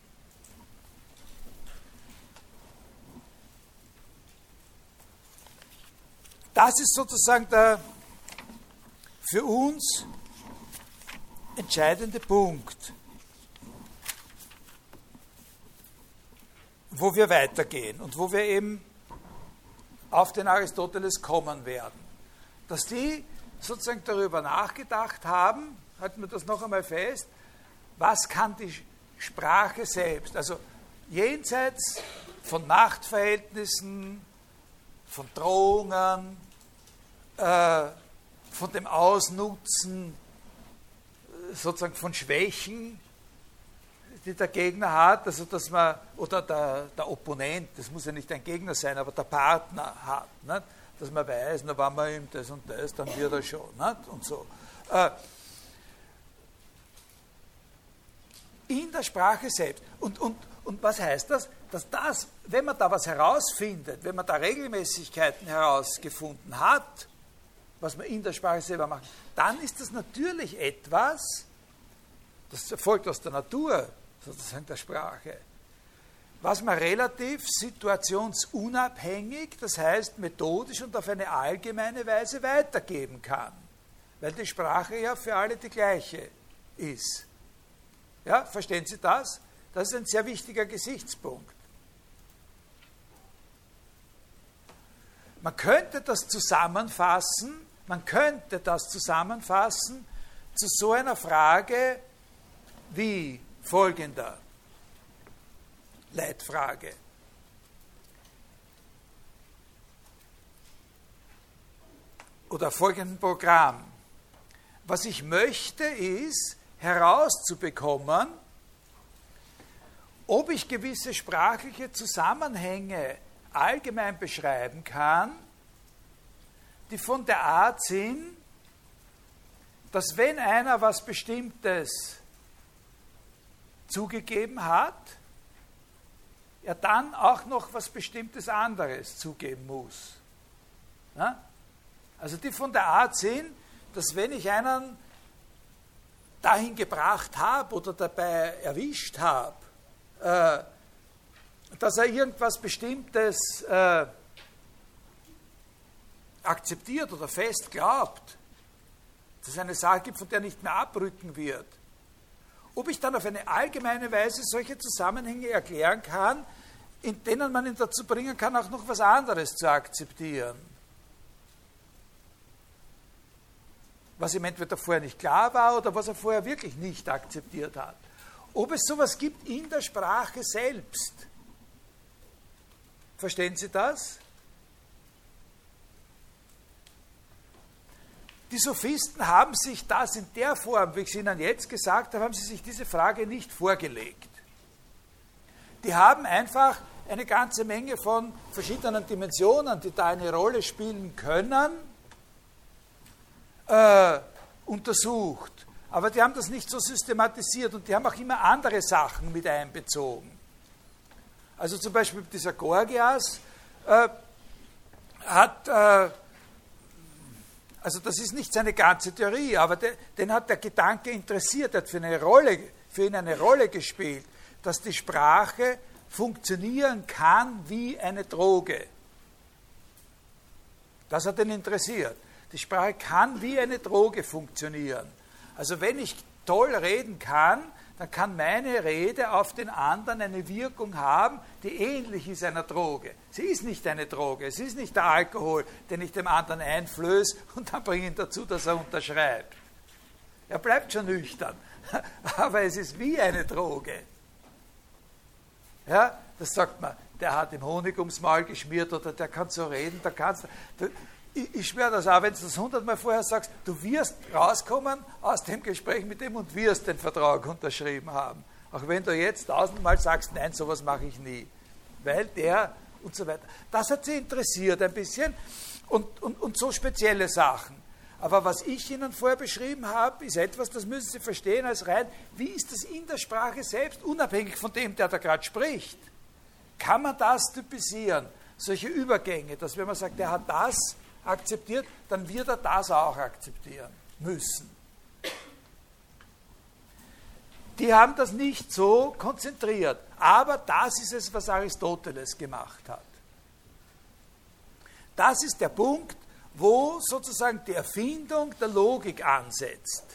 Das ist sozusagen der für uns entscheidende Punkt, wo wir weitergehen und wo wir eben auf den Aristoteles kommen werden. Dass die sozusagen darüber nachgedacht haben, halten wir das noch einmal fest, was kann die Sprache selbst, also jenseits von Machtverhältnissen, von Drohungen, äh, von dem Ausnutzen sozusagen von Schwächen, die der Gegner hat, also dass man, oder der, der Opponent, das muss ja nicht ein Gegner sein, aber der Partner hat, nicht? Dass man weiß, na, wenn man ihm das und das, dann wird er schon, nicht? Und so. Äh, in der Sprache selbst. Und, und, und was heißt das? Dass das, wenn man da was herausfindet, wenn man da Regelmäßigkeiten herausgefunden hat, was man in der Sprache selber macht, dann ist das natürlich etwas, das erfolgt aus der Natur, sozusagen der Sprache, was man relativ situationsunabhängig, das heißt methodisch und auf eine allgemeine Weise weitergeben kann, weil die Sprache ja für alle die gleiche ist. Ja, verstehen Sie das? Das ist ein sehr wichtiger Gesichtspunkt. Man könnte das zusammenfassen, man könnte das zusammenfassen zu so einer Frage wie folgender Leitfrage. Oder folgendem Programm. Was ich möchte, ist herauszubekommen, ob ich gewisse sprachliche Zusammenhänge allgemein beschreiben kann, die von der Art sind, dass wenn einer was Bestimmtes zugegeben hat, er dann auch noch was Bestimmtes anderes zugeben muss. Ja? Also die von der Art sind, dass wenn ich einen dahin gebracht habe oder dabei erwischt habe, äh, dass er irgendwas Bestimmtes äh, akzeptiert oder fest glaubt, dass es eine Sache gibt, von der nicht mehr abrücken wird, ob ich dann auf eine allgemeine Weise solche Zusammenhänge erklären kann, in denen man ihn dazu bringen kann, auch noch was anderes zu akzeptieren. Was ihm entweder vorher nicht klar war oder was er vorher wirklich nicht akzeptiert hat. Ob es sowas gibt in der Sprache selbst. Verstehen Sie das? Die Sophisten haben sich das in der Form, wie ich es Ihnen jetzt gesagt habe, haben sie sich diese Frage nicht vorgelegt. Die haben einfach eine ganze Menge von verschiedenen Dimensionen, die da eine Rolle spielen können, äh, untersucht. Aber die haben das nicht so systematisiert und die haben auch immer andere Sachen mit einbezogen. Also zum Beispiel dieser Gorgias äh, hat... Äh, Also das ist nicht seine ganze Theorie, aber de, den hat der Gedanke interessiert, hat für, eine Rolle, für ihn eine Rolle gespielt, dass die Sprache funktionieren kann wie eine Droge. Das hat ihn interessiert. Die Sprache kann wie eine Droge funktionieren. Also wenn ich toll reden kann, dann kann meine Rede auf den anderen eine Wirkung haben, die ähnlich ist einer Droge. Sie ist nicht eine Droge, es ist nicht der Alkohol, den ich dem anderen einflöße und dann bringe ihn dazu, dass er unterschreibt. Er bleibt schon nüchtern, aber es ist wie eine Droge. Ja, das sagt man, der hat ihm Honig ums Maul geschmiert oder der kann so reden, da kannst du... Ich, ich schwöre das auch, wenn du das hundertmal vorher sagst, du wirst rauskommen aus dem Gespräch mit dem und wirst den Vertrag unterschrieben haben. Auch wenn du jetzt tausendmal sagst, nein, sowas mache ich nie. Weil der und so weiter. Das hat sie interessiert ein bisschen und, und, und so spezielle Sachen. Aber was ich Ihnen vorher beschrieben habe, ist etwas, das müssen Sie verstehen als rein, wie ist das in der Sprache selbst, unabhängig von dem, der da gerade spricht. Kann man das typisieren? Solche Übergänge, dass wenn man sagt, der hat das akzeptiert, dann wird er das auch akzeptieren müssen. Die haben das nicht so konzentriert, aber das ist es, was Aristoteles gemacht hat. Das ist der Punkt, wo sozusagen die Erfindung der Logik ansetzt.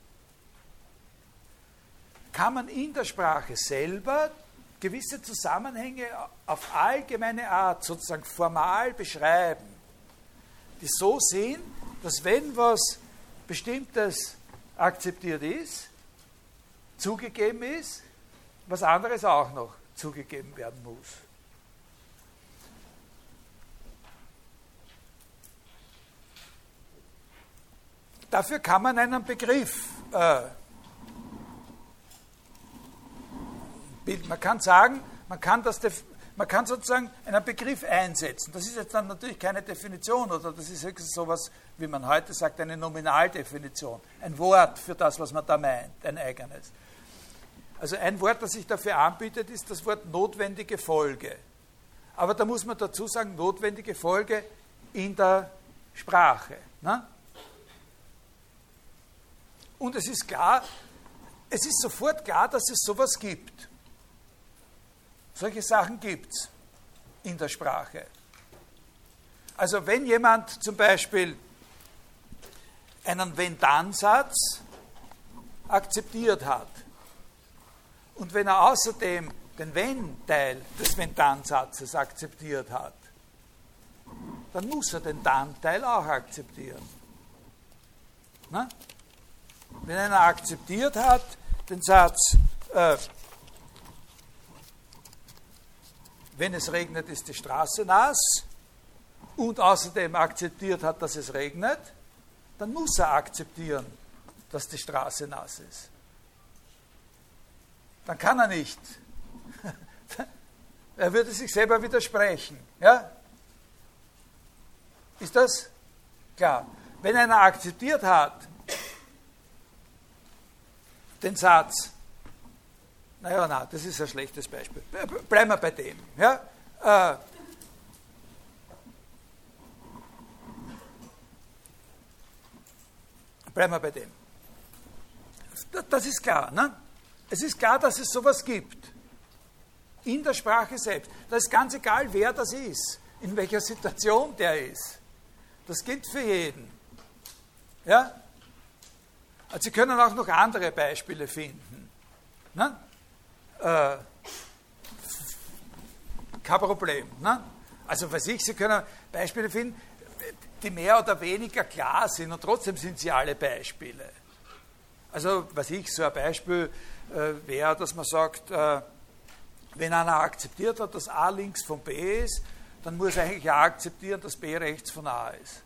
Kann man in der Sprache selber gewisse Zusammenhänge auf allgemeine Art sozusagen formal beschreiben, die so sind, dass wenn was Bestimmtes akzeptiert ist, zugegeben ist, was anderes auch noch zugegeben werden muss. Dafür kann man einen Begriff äh, bilden. Man kann sagen, man kann das Man kann sozusagen einen Begriff einsetzen. Das ist jetzt dann natürlich keine Definition oder das ist sowas, wie man heute sagt, eine Nominaldefinition. Ein Wort für das, was man da meint, ein eigenes. Also ein Wort, das sich dafür anbietet, ist das Wort notwendige Folge. Aber da muss man dazu sagen, notwendige Folge in der Sprache. Ne? Und es ist klar, es ist sofort klar, dass es sowas gibt. Solche Sachen gibt es in der Sprache. Also wenn jemand zum Beispiel einen Wenn-Dann-Satz akzeptiert hat und wenn er außerdem den Wenn-Teil des Wenn-Dann-Satzes akzeptiert hat, dann muss er den Dann-Teil auch akzeptieren. Na? Wenn einer akzeptiert hat, den Satz, äh, wenn es regnet, ist die Straße nass, und außerdem akzeptiert hat, dass es regnet, dann muss er akzeptieren, dass die Straße nass ist. Dann kann er nicht. Er würde sich selber widersprechen. Ja? Ist das klar? Wenn einer akzeptiert hat, den Satz, naja, na, das ist ein schlechtes Beispiel. Bleiben wir bei dem. Ja? Äh, bleiben wir bei dem. Das ist klar. Ne? Es ist klar, dass es sowas gibt. In der Sprache selbst. Das ist ganz egal, wer das ist, in welcher Situation der ist. Das gilt für jeden. Ja? Also Sie können auch noch andere Beispiele finden. Ne? Äh, kein Problem. Ne? Also weiß ich, Sie können Beispiele finden, die mehr oder weniger klar sind und trotzdem sind sie alle Beispiele. Also weiß ich, so ein Beispiel äh, wäre, dass man sagt, äh, wenn einer akzeptiert hat, dass A links von B ist, dann muss er eigentlich auch akzeptieren, dass B rechts von A ist.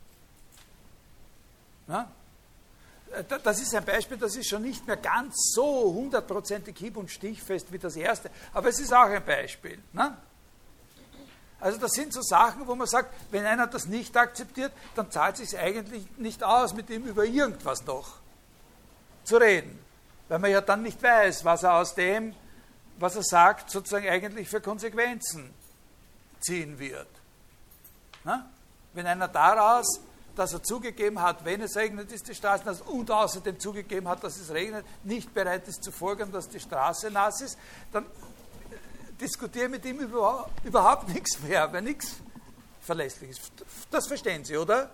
Ja? Das ist ein Beispiel, das ist schon nicht mehr ganz so hundertprozentig hieb- und stichfest wie das erste, aber es ist auch ein Beispiel. Ne? Also das sind so Sachen, wo man sagt, wenn einer das nicht akzeptiert, dann zahlt es sich eigentlich nicht aus, mit ihm über irgendwas noch zu reden. Weil man ja dann nicht weiß, was er aus dem, was er sagt, sozusagen eigentlich für Konsequenzen ziehen wird. Na? Wenn einer daraus, dass er zugegeben hat, wenn es regnet, ist die Straße nass, und außerdem zugegeben hat, dass es regnet, nicht bereit ist zu folgern, dass die Straße nass ist, dann diskutiere ich mit ihm über, überhaupt nichts mehr, weil nichts Verlässliches. Das verstehen Sie, oder?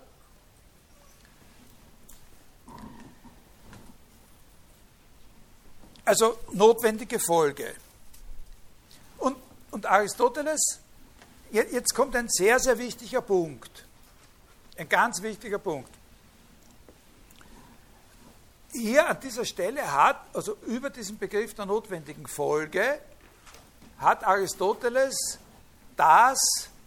Also notwendige Folge. Und, und Aristoteles, jetzt kommt ein sehr, sehr wichtiger Punkt. Ein ganz wichtiger Punkt. Hier an dieser Stelle hat, also über diesen Begriff der notwendigen Folge, hat Aristoteles das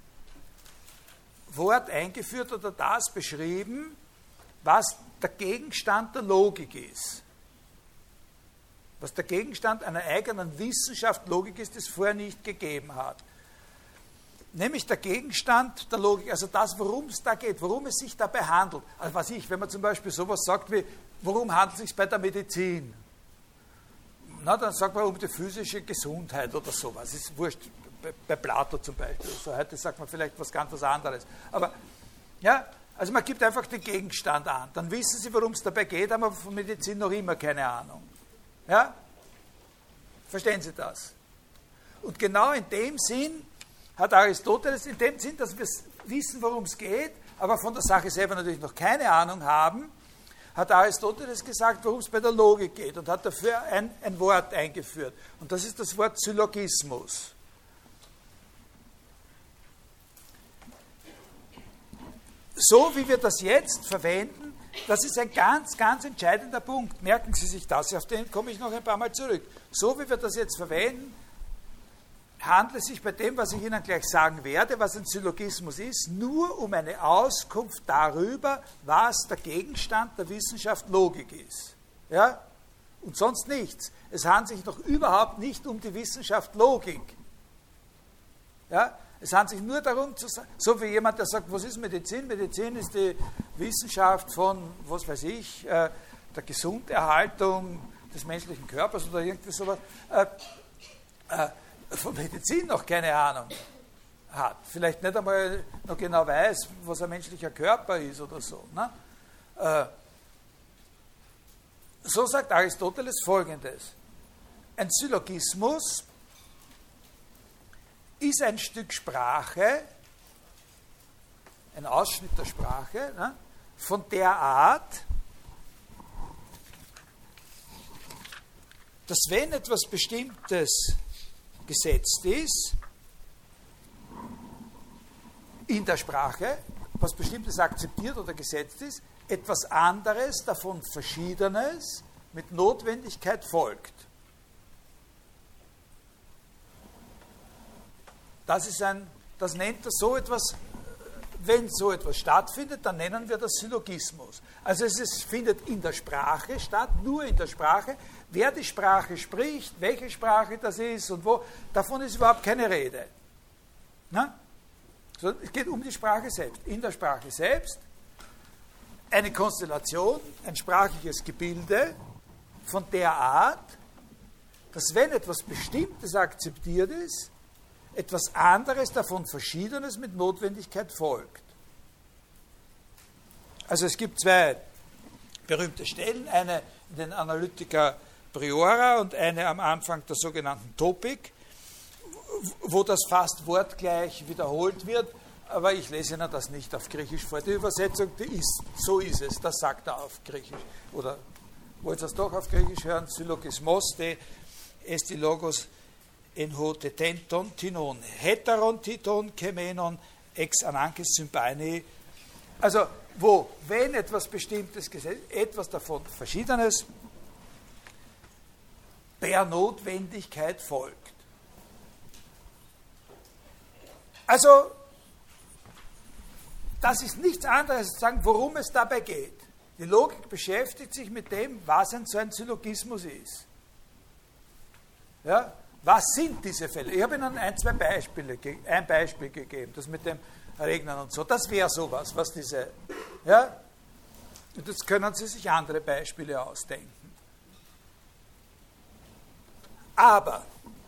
Wort eingeführt oder das beschrieben, was der Gegenstand der Logik ist. Was der Gegenstand einer eigenen Wissenschaft Logik ist, das es vorher nicht gegeben hat. Nämlich der Gegenstand der Logik, also das, worum es da geht, worum es sich dabei handelt. Also was ich, wenn man zum Beispiel sowas sagt wie, worum handelt es sich bei der Medizin? Na, dann sagt man um die physische Gesundheit oder sowas. Das ist wurscht, bei, bei Plato zum Beispiel. So, heute sagt man vielleicht was ganz was anderes. Aber, ja, also man gibt einfach den Gegenstand an. Dann wissen Sie, worum es dabei geht, haben wir von Medizin noch immer keine Ahnung. Ja? Verstehen Sie das? Und genau in dem Sinn hat Aristoteles, in dem Sinn, dass wir wissen, worum es geht, aber von der Sache selber natürlich noch keine Ahnung haben, hat Aristoteles gesagt, worum es bei der Logik geht und hat dafür ein, ein Wort eingeführt. Und das ist das Wort Syllogismus. So wie wir das jetzt verwenden, das ist ein ganz, ganz entscheidender Punkt. Merken Sie sich das, auf den komme ich noch ein paar Mal zurück. So wie wir das jetzt verwenden, handelt es sich bei dem, was ich Ihnen gleich sagen werde, was ein Syllogismus ist, nur um eine Auskunft darüber, was der Gegenstand der Wissenschaft Logik ist. Ja? Und sonst nichts. Es handelt sich noch überhaupt nicht um die Wissenschaft Logik. Ja? Es handelt sich nur darum, zu sagen, so wie jemand, der sagt, was ist Medizin? Medizin ist die Wissenschaft von, was weiß ich, äh, der Gesunderhaltung des menschlichen Körpers oder irgendwie sowas. Äh, äh, von Medizin noch keine Ahnung hat. Vielleicht nicht einmal noch genau weiß, was ein menschlicher Körper ist oder so. Ne? Äh, so sagt Aristoteles Folgendes. Ein Syllogismus ist ein Stück Sprache, ein Ausschnitt der Sprache, ne, von der Art, dass wenn etwas Bestimmtes gesetzt ist, in der Sprache, was Bestimmtes akzeptiert oder gesetzt ist, etwas anderes, davon Verschiedenes mit Notwendigkeit folgt. Das ist ein, das nennt er so etwas, wenn so etwas stattfindet, dann nennen wir das Syllogismus. Also es ist, findet in der Sprache statt, nur in der Sprache. Wer die Sprache spricht, welche Sprache das ist und wo, davon ist überhaupt keine Rede. Na? So, es geht um die Sprache selbst. In der Sprache selbst eine Konstellation, ein sprachliches Gebilde von der Art, dass wenn etwas Bestimmtes akzeptiert ist, etwas anderes, davon Verschiedenes mit Notwendigkeit folgt. Also es gibt zwei berühmte Stellen, eine in den Analytica Priora und eine am Anfang der sogenannten Topik, wo das fast wortgleich wiederholt wird, aber ich lese Ihnen das nicht auf Griechisch vor. Die Übersetzung, die ist, so ist es, das sagt er auf Griechisch. Oder wollt ihr das doch auf Griechisch hören? Syllogismos de esti logos en ho tetenton tinon, heteron titon kemenon ex anankes sympaini. Also, wo, wenn etwas Bestimmtes gesetzt, etwas davon Verschiedenes per Notwendigkeit folgt. Also, das ist nichts anderes als zu sagen, worum es dabei geht. Die Logik beschäftigt sich mit dem, was ein so ein Syllogismus ist. Ja? Was sind diese Fälle? Ich habe Ihnen ein, zwei Beispiele, ein Beispiel gegeben, das mit dem Regnen und so. Das wäre sowas, was diese, ja? Und jetzt können Sie sich andere Beispiele ausdenken. Aber,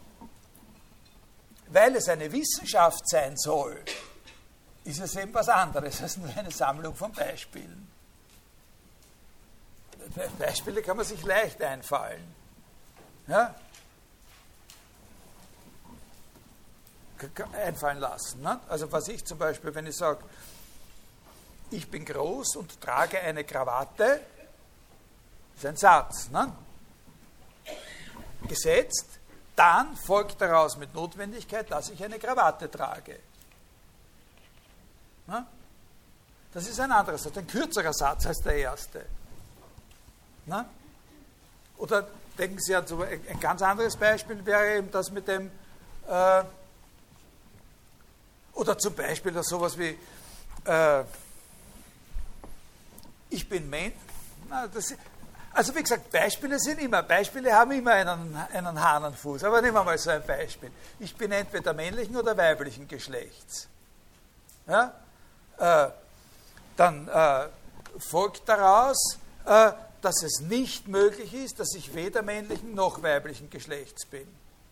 weil es eine Wissenschaft sein soll, ist es eben was anderes als nur eine Sammlung von Beispielen. Beispiele kann man sich leicht einfallen. Ja? Einfallen lassen. Ne? Also was ich zum Beispiel, wenn ich sage, ich bin groß und trage eine Krawatte, ist ein Satz. Ne? Gesetzt, dann folgt daraus mit Notwendigkeit, dass ich eine Krawatte trage. Ne? Das ist ein anderer Satz, ein kürzerer Satz als der erste. Ne? Oder denken Sie an so ein, ein ganz anderes Beispiel, wäre eben das mit dem äh, oder zum Beispiel sowas wie äh, ich bin Mensch. Na, das, also wie gesagt, Beispiele sind immer, Beispiele haben immer einen, einen Hahnenfuß, aber nehmen wir mal so ein Beispiel. Ich bin entweder männlichen oder weiblichen Geschlechts. Ja? Äh, dann äh, folgt daraus, äh, dass es nicht möglich ist, dass ich weder männlichen noch weiblichen Geschlechts bin.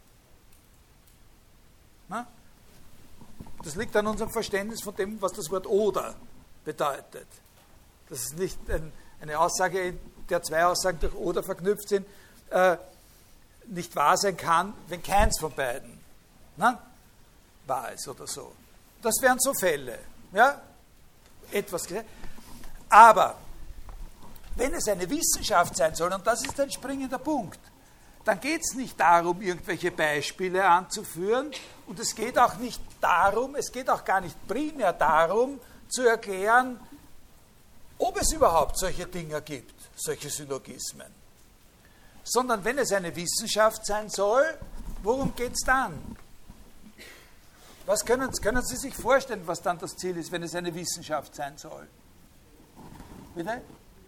Na? Das liegt an unserem Verständnis von dem, was das Wort oder bedeutet. Das ist nicht ein, eine Aussage, in der zwei Aussagen durch oder verknüpft sind, äh, nicht wahr sein kann, wenn keins von beiden, na, wahr ist oder so. Das wären so Fälle. Ja? Etwas. Aber wenn es eine Wissenschaft sein soll, und das ist ein springender Punkt, dann geht es nicht darum, irgendwelche Beispiele anzuführen und es geht auch nicht darum, es geht auch gar nicht primär darum, zu erklären, ob es überhaupt solche Dinge gibt, solche Syllogismen. Sondern wenn es eine Wissenschaft sein soll, worum geht es dann? Was können, können Sie sich vorstellen, was dann das Ziel ist, wenn es eine Wissenschaft sein soll? Bitte?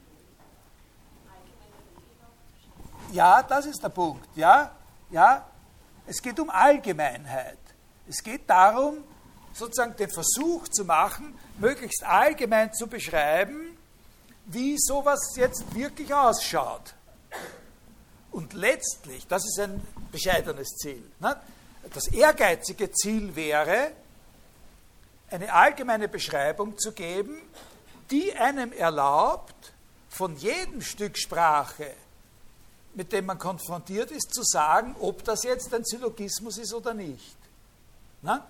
Ja, das ist der Punkt. Ja, ja, es geht um Allgemeinheit. Es geht darum, sozusagen den Versuch zu machen, möglichst allgemein zu beschreiben, wie sowas jetzt wirklich ausschaut. Und letztlich, das ist ein bescheidenes Ziel, ne? Das ehrgeizige Ziel wäre, eine allgemeine Beschreibung zu geben, die einem erlaubt, von jedem Stück Sprache, mit dem man konfrontiert ist, zu sagen, ob das jetzt ein Syllogismus ist oder nicht. Na?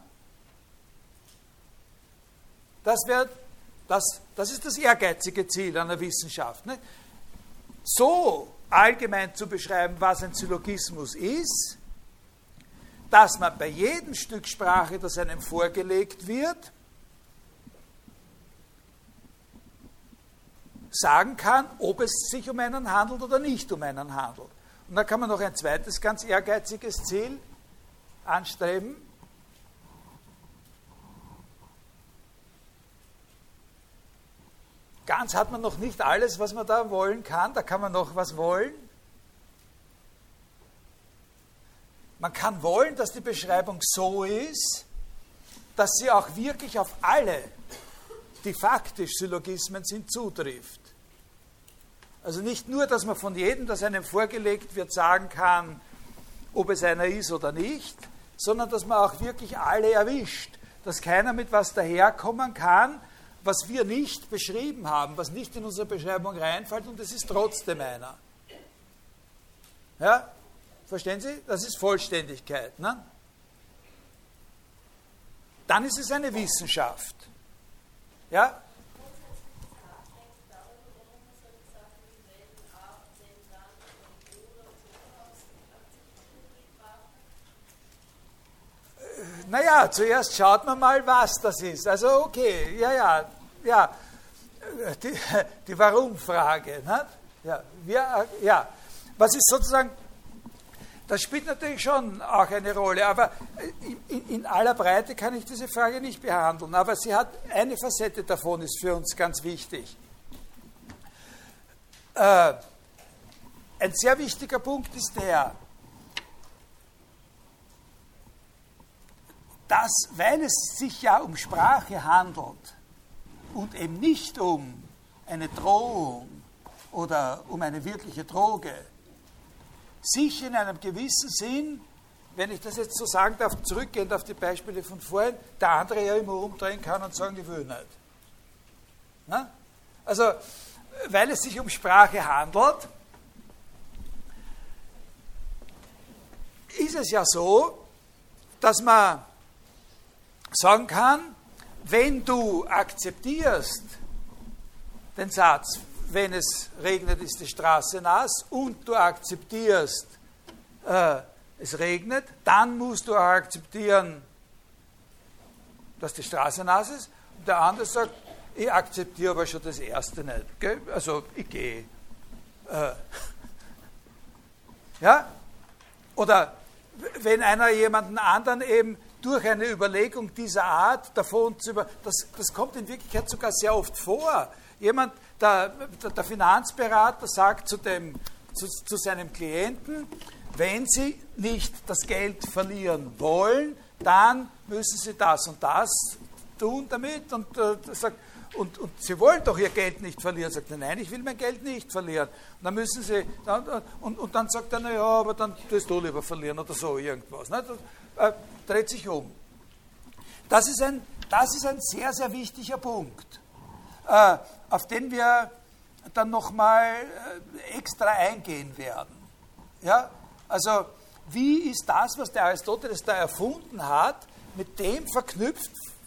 Das, wär, das, das ist das ehrgeizige Ziel einer Wissenschaft. Ne? So allgemein zu beschreiben, was ein Syllogismus ist, dass man bei jedem Stück Sprache, das einem vorgelegt wird, sagen kann, ob es sich um einen handelt oder nicht um einen handelt. Und dann kann man noch ein zweites ganz ehrgeiziges Ziel anstreben. Ganz hat man noch nicht alles, was man da wollen kann, da kann man noch was wollen. Man kann wollen, dass die Beschreibung so ist, dass sie auch wirklich auf alle, die faktisch Syllogismen sind, zutrifft. Also nicht nur, dass man von jedem, das einem vorgelegt wird, sagen kann, ob es einer ist oder nicht, sondern dass man auch wirklich alle erwischt, dass keiner mit was daherkommen kann, was wir nicht beschrieben haben, was nicht in unsere Beschreibung reinfällt, und es ist trotzdem einer. Ja? Verstehen Sie? Das ist Vollständigkeit. Ne? Dann ist es eine Wissenschaft. Ja? Naja, zuerst schaut man mal, was das ist. Also okay, ja, ja, ja, die, die Warum-Frage. Ne? Ja, wir, ja, was ist sozusagen, das spielt natürlich schon auch eine Rolle, aber in, in aller Breite kann ich diese Frage nicht behandeln. Aber sie hat, eine Facette davon ist für uns ganz wichtig. Äh, ein sehr wichtiger Punkt ist der, dass, weil es sich ja um Sprache handelt und eben nicht um eine Drohung oder um eine wirkliche Droge, sich in einem gewissen Sinn, wenn ich das jetzt so sagen darf, zurückgehend auf die Beispiele von vorhin, der andere ja immer umdrehen kann und sagen, ich will nicht. Na? Also, weil es sich um Sprache handelt, ist es ja so, dass man sagen kann, wenn du akzeptierst den Satz, wenn es regnet, ist die Straße nass, und du akzeptierst, äh, es regnet, dann musst du auch akzeptieren, dass die Straße nass ist. Und der andere sagt, ich akzeptiere aber schon das Erste nicht. Gell? Also ich gehe. Äh, ja? Oder wenn einer jemanden anderen eben durch eine Überlegung dieser Art davon zu über... Das, das kommt in Wirklichkeit sogar sehr oft vor. Jemand, der, der Finanzberater sagt zu, dem, zu, zu seinem Klienten, wenn Sie nicht das Geld verlieren wollen, dann müssen Sie das und das tun damit. Und, äh, sagt, und, und Sie wollen doch Ihr Geld nicht verlieren. Sagt er, nein, ich will mein Geld nicht verlieren. Und dann müssen Sie... Dann, und, und dann sagt er, naja, aber dann tust du lieber verlieren oder so, irgendwas. Ne? Das, äh, dreht sich um. Das ist ein, das ist ein sehr, sehr wichtiger Punkt, äh, auf den wir dann nochmal äh, extra eingehen werden. Ja? Also, wie ist das, was der Aristoteles da erfunden hat, mit dem verknüpft,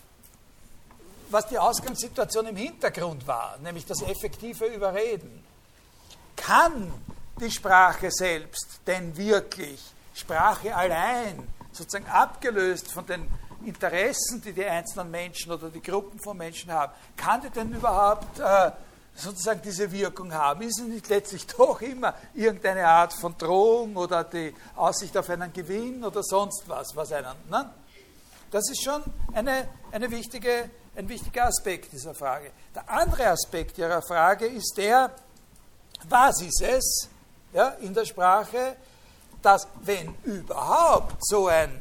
was die Ausgangssituation im Hintergrund war, nämlich das effektive Überreden? Kann die Sprache selbst denn wirklich, Sprache allein, sozusagen abgelöst von den Interessen, die die einzelnen Menschen oder die Gruppen von Menschen haben, kann die denn überhaupt äh, sozusagen diese Wirkung haben? Ist es nicht letztlich doch immer irgendeine Art von Drohung oder die Aussicht auf einen Gewinn oder sonst was, was einen, ne? Das ist schon eine, eine wichtige, ein wichtiger Aspekt dieser Frage. Der andere Aspekt Ihrer Frage ist der, was ist es, ja, in der Sprache, dass, wenn überhaupt so ein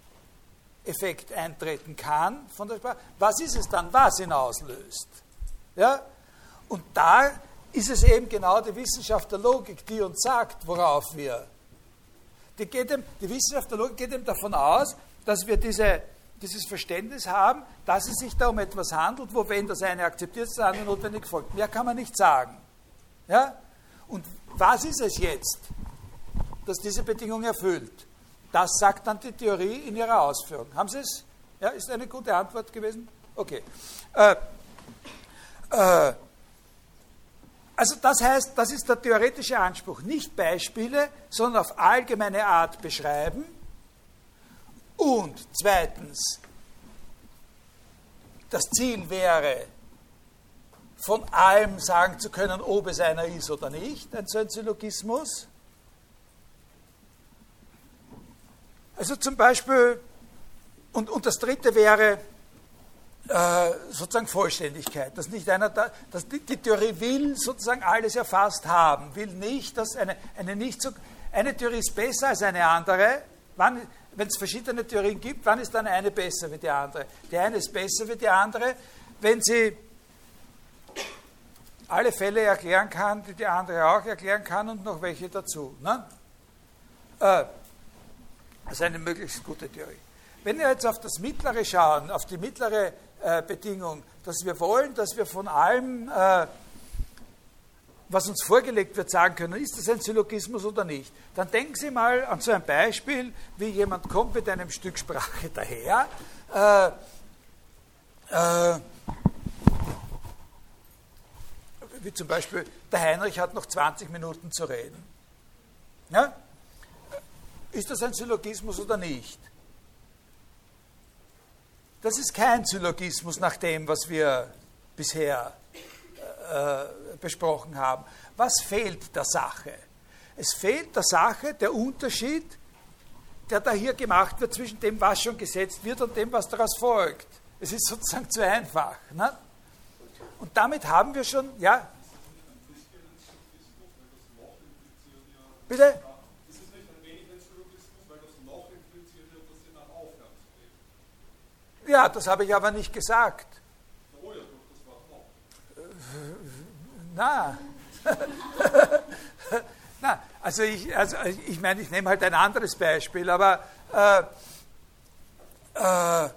Effekt eintreten kann von der Sprache, was ist es dann, was ihn auslöst? Ja? Und da ist es eben genau die Wissenschaft der Logik, die uns sagt, worauf wir. Die, geht dem, die Wissenschaft der Logik geht eben davon aus, dass wir diese, dieses Verständnis haben, dass es sich da um etwas handelt, wo, wenn das eine akzeptiert, das andere notwendig folgt. Mehr kann man nicht sagen. Ja? Und was ist es jetzt, das diese Bedingung erfüllt? Das sagt dann die Theorie in ihrer Ausführung. Haben Sie es? Ja, ist eine gute Antwort gewesen? Okay. Äh, äh, also das heißt, das ist der theoretische Anspruch. Nicht Beispiele, sondern auf allgemeine Art beschreiben. Und zweitens, das Ziel wäre, von allem sagen zu können, ob es einer ist oder nicht, ein so ein Syllogismus. Also zum Beispiel, und, und das dritte wäre äh, sozusagen Vollständigkeit, dass nicht einer, da, dass die, die Theorie will sozusagen alles erfasst haben, will nicht, dass eine, eine nicht so, eine Theorie ist besser als eine andere. Wann, wenn es verschiedene Theorien gibt, wann ist dann eine besser wie die andere? Die eine ist besser wie die andere, wenn sie alle Fälle erklären kann, die die andere auch erklären kann und noch welche dazu. Ne? Äh, das ist eine möglichst gute Theorie. Wenn wir jetzt auf das Mittlere schauen, auf die mittlere äh, Bedingung, dass wir wollen, dass wir von allem, äh, was uns vorgelegt wird, sagen können, ist das ein Syllogismus oder nicht, dann denken Sie mal an so ein Beispiel, wie jemand kommt mit einem Stück Sprache daher, äh, äh, wie zum Beispiel, der Heinrich hat noch zwanzig Minuten zu reden. Ja? Ist das ein Syllogismus oder nicht? Das ist kein Syllogismus nach dem, was wir bisher äh, besprochen haben. Was fehlt der Sache? Es fehlt der Sache der Unterschied, der da hier gemacht wird zwischen dem, was schon gesetzt wird und dem, was daraus folgt. Es ist sozusagen zu einfach. Ne? Und damit haben wir schon, ja? Bitte? Ist es nicht ein wenig ein Syllogismus, weil das noch impliziert wird, dass sie nach Aufgaben zu leben? Ja, das habe ich aber nicht gesagt. Oh ja, doch, Na. das war noch. Na, also ich, also ich meine, ich nehme halt ein anderes Beispiel, aber äh, äh,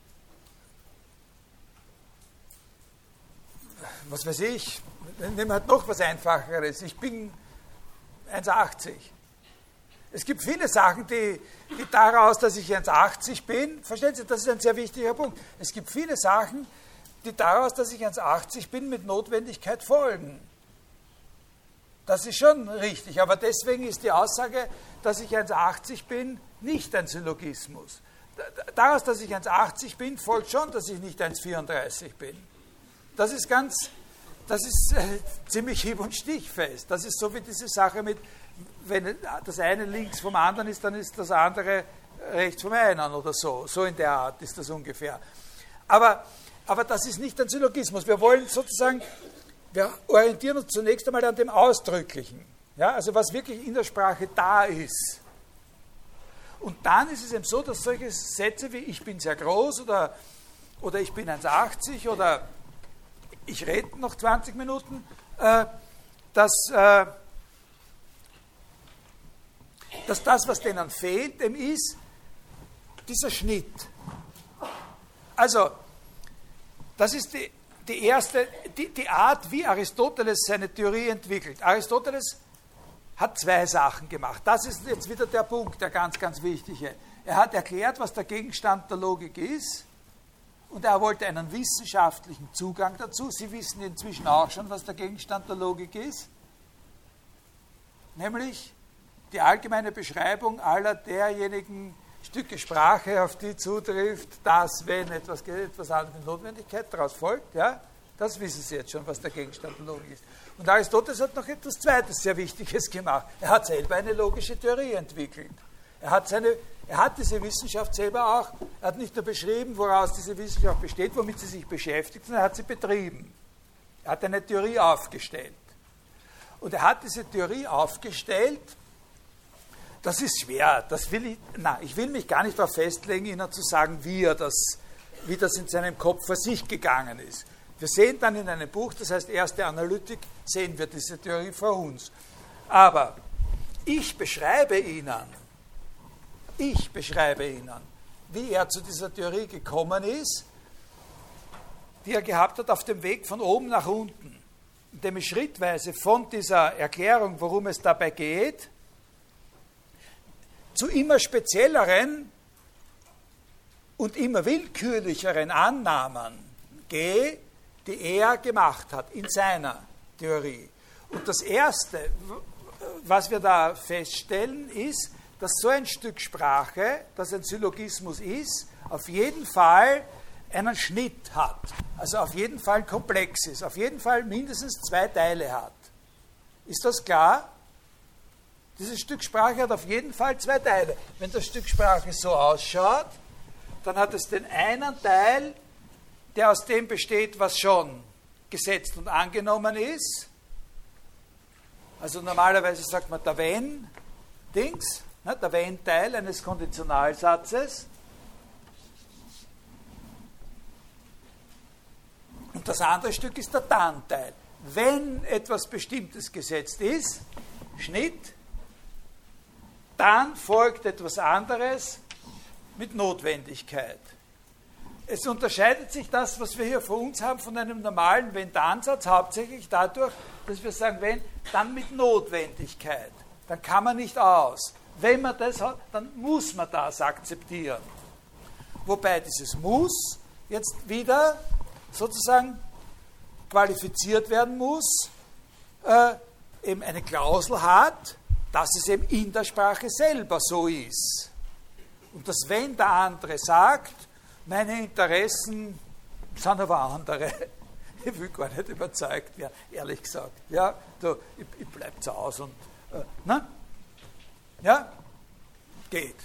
was weiß ich, nehmen wir halt noch was Einfacheres. Ich bin eins Komma achtzig. Es gibt viele Sachen, die, die daraus, dass ich eins Komma achtzig bin, verstehen Sie, das ist ein sehr wichtiger Punkt. Es gibt viele Sachen, die daraus, dass ich eins Komma achtzig bin, mit Notwendigkeit folgen. Das ist schon richtig, aber deswegen ist die Aussage, dass ich eins Komma achtzig bin, nicht ein Syllogismus. Daraus, dass ich eins Komma achtzig bin, folgt schon, dass ich nicht eins Komma vierunddreißig bin. Das ist ganz, das ist äh, ziemlich hieb- und stichfest. Das ist so wie diese Sache mit, wenn das eine links vom anderen ist, dann ist das andere rechts vom einen oder so. So in der Art ist das ungefähr. Aber, aber das ist nicht ein Syllogismus. Wir wollen sozusagen, wir orientieren uns zunächst einmal an dem Ausdrücklichen. Ja, also was wirklich in der Sprache da ist. Und dann ist es eben so, dass solche Sätze wie ich bin sehr groß oder, oder ich bin eins Komma achtzig oder ich rede noch zwanzig Minuten, äh, dass, äh, dass das, was denen fehlt, dem ist dieser Schnitt. Also, das ist die, die erste, die, die Art, wie Aristoteles seine Theorie entwickelt. Aristoteles hat zwei Sachen gemacht. Das ist jetzt wieder der Punkt, der ganz, ganz wichtige. Er hat erklärt, was der Gegenstand der Logik ist. Und er wollte einen wissenschaftlichen Zugang dazu. Sie wissen inzwischen auch schon, was der Gegenstand der Logik ist. Nämlich die allgemeine Beschreibung aller derjenigen Stücke Sprache, auf die zutrifft, dass, wenn etwas geht, etwas anderes mit Notwendigkeit daraus folgt. Ja? Das wissen Sie jetzt schon, was der Gegenstand der Logik ist. Und Aristoteles hat noch etwas Zweites sehr Wichtiges gemacht. Er hat selber eine logische Theorie entwickelt. Er hat, seine, er hat diese Wissenschaft selber auch, er hat nicht nur beschrieben, woraus diese Wissenschaft besteht, womit sie sich beschäftigt, sondern er hat sie betrieben. Er hat eine Theorie aufgestellt. Und er hat diese Theorie aufgestellt, das ist schwer, das will ich, na, ich will mich gar nicht darauf festlegen, Ihnen zu sagen, wie, er das, wie das in seinem Kopf vor sich gegangen ist. Wir sehen dann in einem Buch, das heißt Erste Analytik, sehen wir diese Theorie vor uns. Aber ich beschreibe Ihnen, ich beschreibe Ihnen, wie er zu dieser Theorie gekommen ist, die er gehabt hat auf dem Weg von oben nach unten, indem ich schrittweise von dieser Erklärung, worum es dabei geht, zu immer spezielleren und immer willkürlicheren Annahmen gehe, die er gemacht hat in seiner Theorie. Und das Erste, was wir da feststellen, ist, dass so ein Stück Sprache, das ein Syllogismus ist, auf jeden Fall einen Schnitt hat, also auf jeden Fall komplex ist, auf jeden Fall mindestens zwei Teile hat. Ist das klar? Dieses Stück Sprache hat auf jeden Fall zwei Teile. Wenn das Stück Sprache so ausschaut, dann hat es den einen Teil, der aus dem besteht, was schon gesetzt und angenommen ist. Also normalerweise sagt man der Wenn-Dings, ne, der Wenn-Teil eines Konditionalsatzes. Und das andere Stück ist der Dann-Teil. Wenn etwas Bestimmtes gesetzt ist, Schnitt, dann folgt etwas anderes mit Notwendigkeit. Es unterscheidet sich das, was wir hier vor uns haben, von einem normalen Wenn-Dann-Satz hauptsächlich dadurch, dass wir sagen, wenn, dann mit Notwendigkeit. Dann kann man nicht aus. Wenn man das hat, dann muss man das akzeptieren. Wobei dieses Muss jetzt wieder sozusagen qualifiziert werden muss, äh, eben eine Klausel hat, dass es eben in der Sprache selber so ist. Und dass, wenn der andere sagt, meine Interessen sind aber andere, ich will gar nicht überzeugt werden, ehrlich gesagt. Ja, du, ich, ich bleibe zu Hause und, äh, ne? Ja, geht.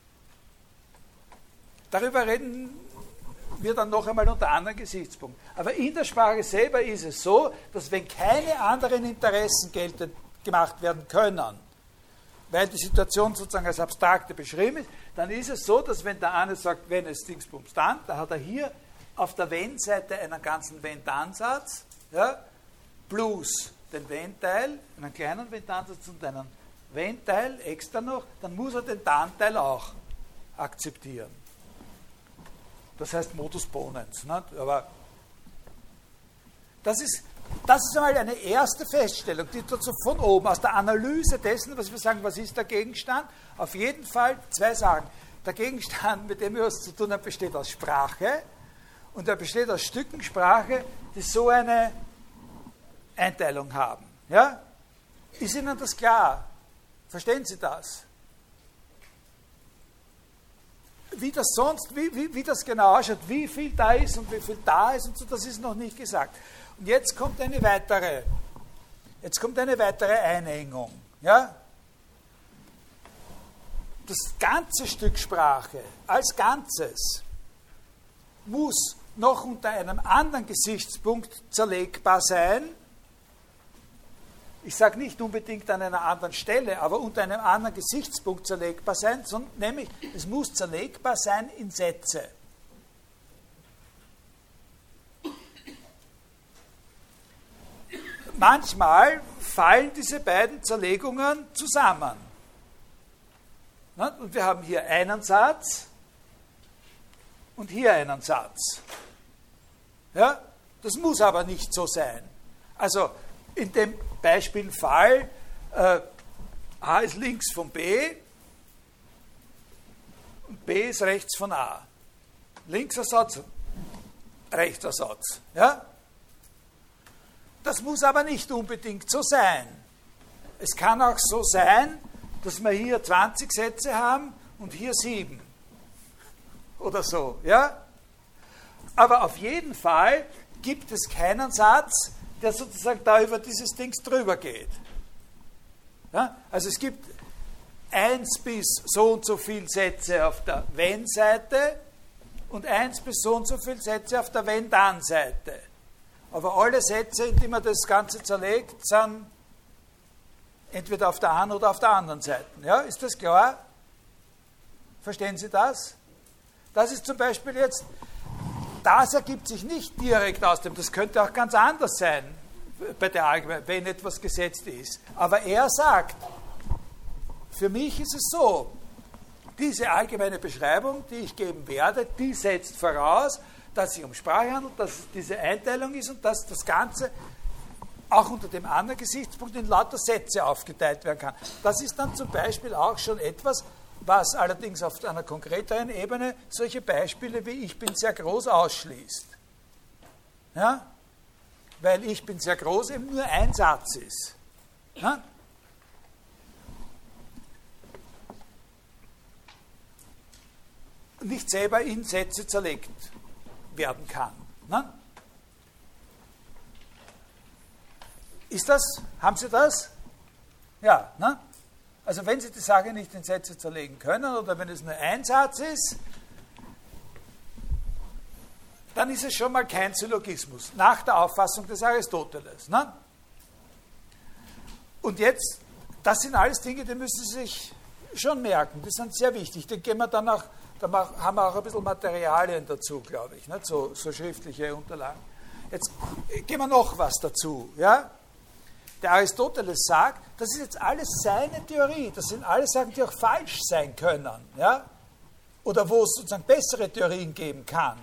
Darüber reden wir dann noch einmal unter anderen Gesichtspunkten. Aber in der Sprache selber ist es so, dass wenn keine anderen Interessen geltend gemacht werden können, weil die Situation sozusagen als abstrakte beschrieben ist, dann ist es so, dass wenn der eine sagt, wenn es Dingsbums dann, da hat er hier auf der Wenn-Seite einen ganzen Wenn-Dann-Satz, ja, plus den Wenn-Teil, einen kleinen Wenn-Dann-Satz und einen Wenn-Teil extra noch, dann muss er den Dann-Teil auch akzeptieren. Das heißt Modus Ponens. Nicht? Aber das ist, das ist einmal eine erste Feststellung, die dazu von oben, aus der Analyse dessen, was wir sagen, was ist der Gegenstand, auf jeden Fall zwei Sachen. Der Gegenstand, mit dem wir was zu tun haben, besteht aus Sprache und er besteht aus Stücken Sprache, die so eine Einteilung haben. Ja? Ist Ihnen das klar? Verstehen Sie das? Wie das sonst, wie, wie, wie das genau ausschaut, wie viel da ist und wie viel da ist und so, das ist noch nicht gesagt. Und jetzt kommt eine weitere, jetzt kommt eine weitere Einengung. Ja? Das ganze Stück Sprache als Ganzes muss noch unter einem anderen Gesichtspunkt zerlegbar sein. Ich sage nicht unbedingt an einer anderen Stelle, aber unter einem anderen Gesichtspunkt zerlegbar sein, sondern nämlich es muss zerlegbar sein in Sätze. Manchmal fallen diese beiden Zerlegungen zusammen. Und wir haben hier einen Satz und hier einen Satz. Ja? Das muss aber nicht so sein. Also in dem Beispielfall, äh, A ist links von B und B ist rechts von A. Links ein Satz, rechts ein Satz. Ja? Das muss aber nicht unbedingt so sein. Es kann auch so sein, dass wir hier zwanzig Sätze haben und hier sieben. Oder so. Ja? Aber auf jeden Fall gibt es keinen Satz, der sozusagen da über dieses Dings drüber geht. Ja? Also es gibt eins bis so und so viele Sätze auf der Wenn-Seite und eins bis so und so viele Sätze auf der Wenn-Dann-Seite. Aber alle Sätze, in die man das Ganze zerlegt, sind entweder auf der einen oder auf der anderen Seite. Ja? Ist das klar? Verstehen Sie das? Das ist zum Beispiel jetzt, das ergibt sich nicht direkt aus dem, das könnte auch ganz anders sein, bei der Allgemein, wenn etwas gesetzt ist. Aber er sagt, für mich ist es so, diese allgemeine Beschreibung, die ich geben werde, die setzt voraus, dass es sich um Sprache handelt, dass es diese Einteilung ist und dass das Ganze auch unter dem anderen Gesichtspunkt in lauter Sätze aufgeteilt werden kann. Das ist dann zum Beispiel auch schon etwas, was allerdings auf einer konkreteren Ebene solche Beispiele wie ich bin sehr groß ausschließt. Ja? Weil ich bin sehr groß eben nur ein Satz ist. Ja? Nicht selber in Sätze zerlegt werden kann. Ne? Ist das, haben Sie das? Ja, ne? Also wenn Sie die Sache nicht in Sätze zerlegen können oder wenn es nur ein Satz ist, dann ist es schon mal kein Syllogismus, nach der Auffassung des Aristoteles. Ne? Und jetzt, das sind alles Dinge, die müssen Sie sich schon merken, die sind sehr wichtig. Dann gehen wir dann auch, da haben wir auch ein bisschen Materialien dazu, glaube ich, nicht? So, so schriftliche Unterlagen. Jetzt gehen wir noch was dazu. Ja? Der Aristoteles sagt, das ist jetzt alles seine Theorie, das sind alle Sachen, die auch falsch sein können, ja? Oder wo es sozusagen bessere Theorien geben kann.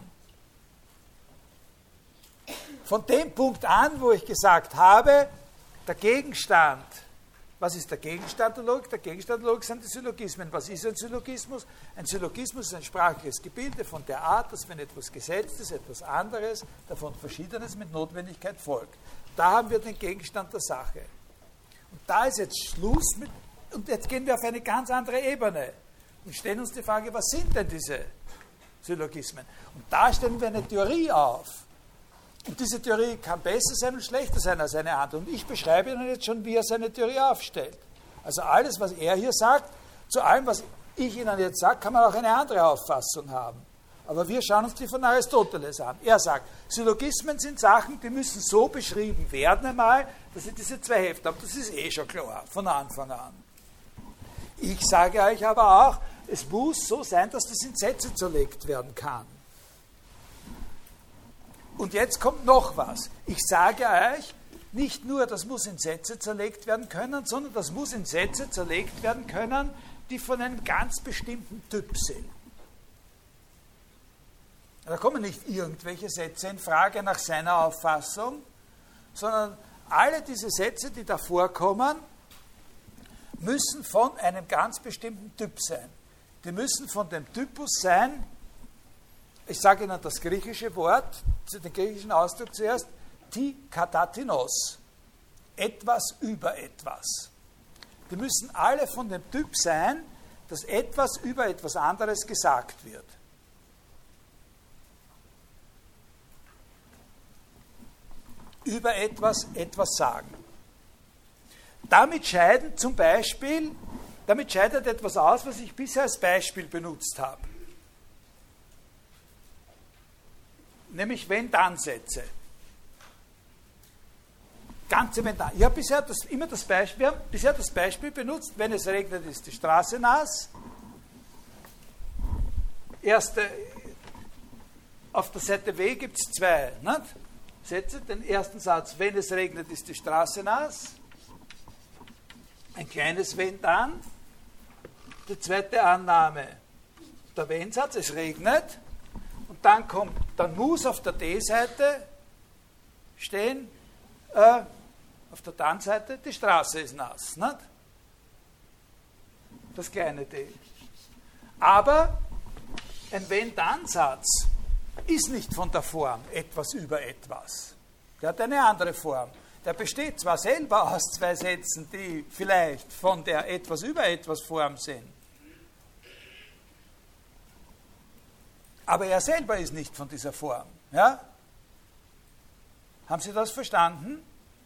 Von dem Punkt an, wo ich gesagt habe, der Gegenstand, was ist der Gegenstand der Logik? Der Gegenstand der Logik sind die Syllogismen. Was ist ein Syllogismus? Ein Syllogismus ist ein sprachliches Gebilde von der Art, dass wenn etwas Gesetztes, etwas anderes, davon Verschiedenes mit Notwendigkeit folgt. Da haben wir den Gegenstand der Sache. Und da ist jetzt Schluss mit, und jetzt gehen wir auf eine ganz andere Ebene und stellen uns die Frage, was sind denn diese Syllogismen? Und da stellen wir eine Theorie auf. Und diese Theorie kann besser sein und schlechter sein als eine andere. Und ich beschreibe Ihnen jetzt schon, wie er seine Theorie aufstellt. Also alles, was er hier sagt, zu allem, was ich Ihnen jetzt sage, kann man auch eine andere Auffassung haben. Aber wir schauen uns die von Aristoteles an. Er sagt, Syllogismen sind Sachen, die müssen so beschrieben werden einmal, dass sie diese zwei Hefte haben. Das ist eh schon klar, von Anfang an. Ich sage euch aber auch, es muss so sein, dass das in Sätze zerlegt werden kann. Und jetzt kommt noch was. Ich sage euch, nicht nur, das muss in Sätze zerlegt werden können, sondern das muss in Sätze zerlegt werden können, die von einem ganz bestimmten Typ sind. Da kommen nicht irgendwelche Sätze in Frage nach seiner Auffassung, sondern alle diese Sätze, die da vorkommen, müssen von einem ganz bestimmten Typ sein. Die müssen von dem Typus sein, ich sage Ihnen das griechische Wort, den griechischen Ausdruck zuerst, ti katatinos, etwas über etwas. Die müssen alle von dem Typ sein, dass etwas über etwas anderes gesagt wird. Über etwas etwas sagen. Damit scheiden zum Beispiel, damit scheidet etwas aus, was ich bisher als Beispiel benutzt habe. Nämlich Wenn-Dann-Sätze. Ganze Wenn-Dann. Ich habe bisher das, immer das Beispiel, wir haben bisher das Beispiel benutzt, wenn es regnet, ist die Straße nass. Erste, auf der Seite W gibt es zwei nicht? Sätze. Den ersten Satz, wenn es regnet, ist die Straße nass. Ein kleines Wenn-Dann. Die zweite Annahme, der Wenn-Satz, es regnet. Und dann kommt, dann muss auf der D-Seite stehen, äh, auf der Dann-Seite, die Straße ist nass. Nicht? Das kleine D. Aber ein Wenn-Dann-Satz ist nicht von der Form etwas über etwas. Der hat eine andere Form. Der besteht zwar selber aus zwei Sätzen, die vielleicht von der etwas über etwas Form sind, aber er selber ist nicht von dieser Form. Ja? Haben Sie das verstanden?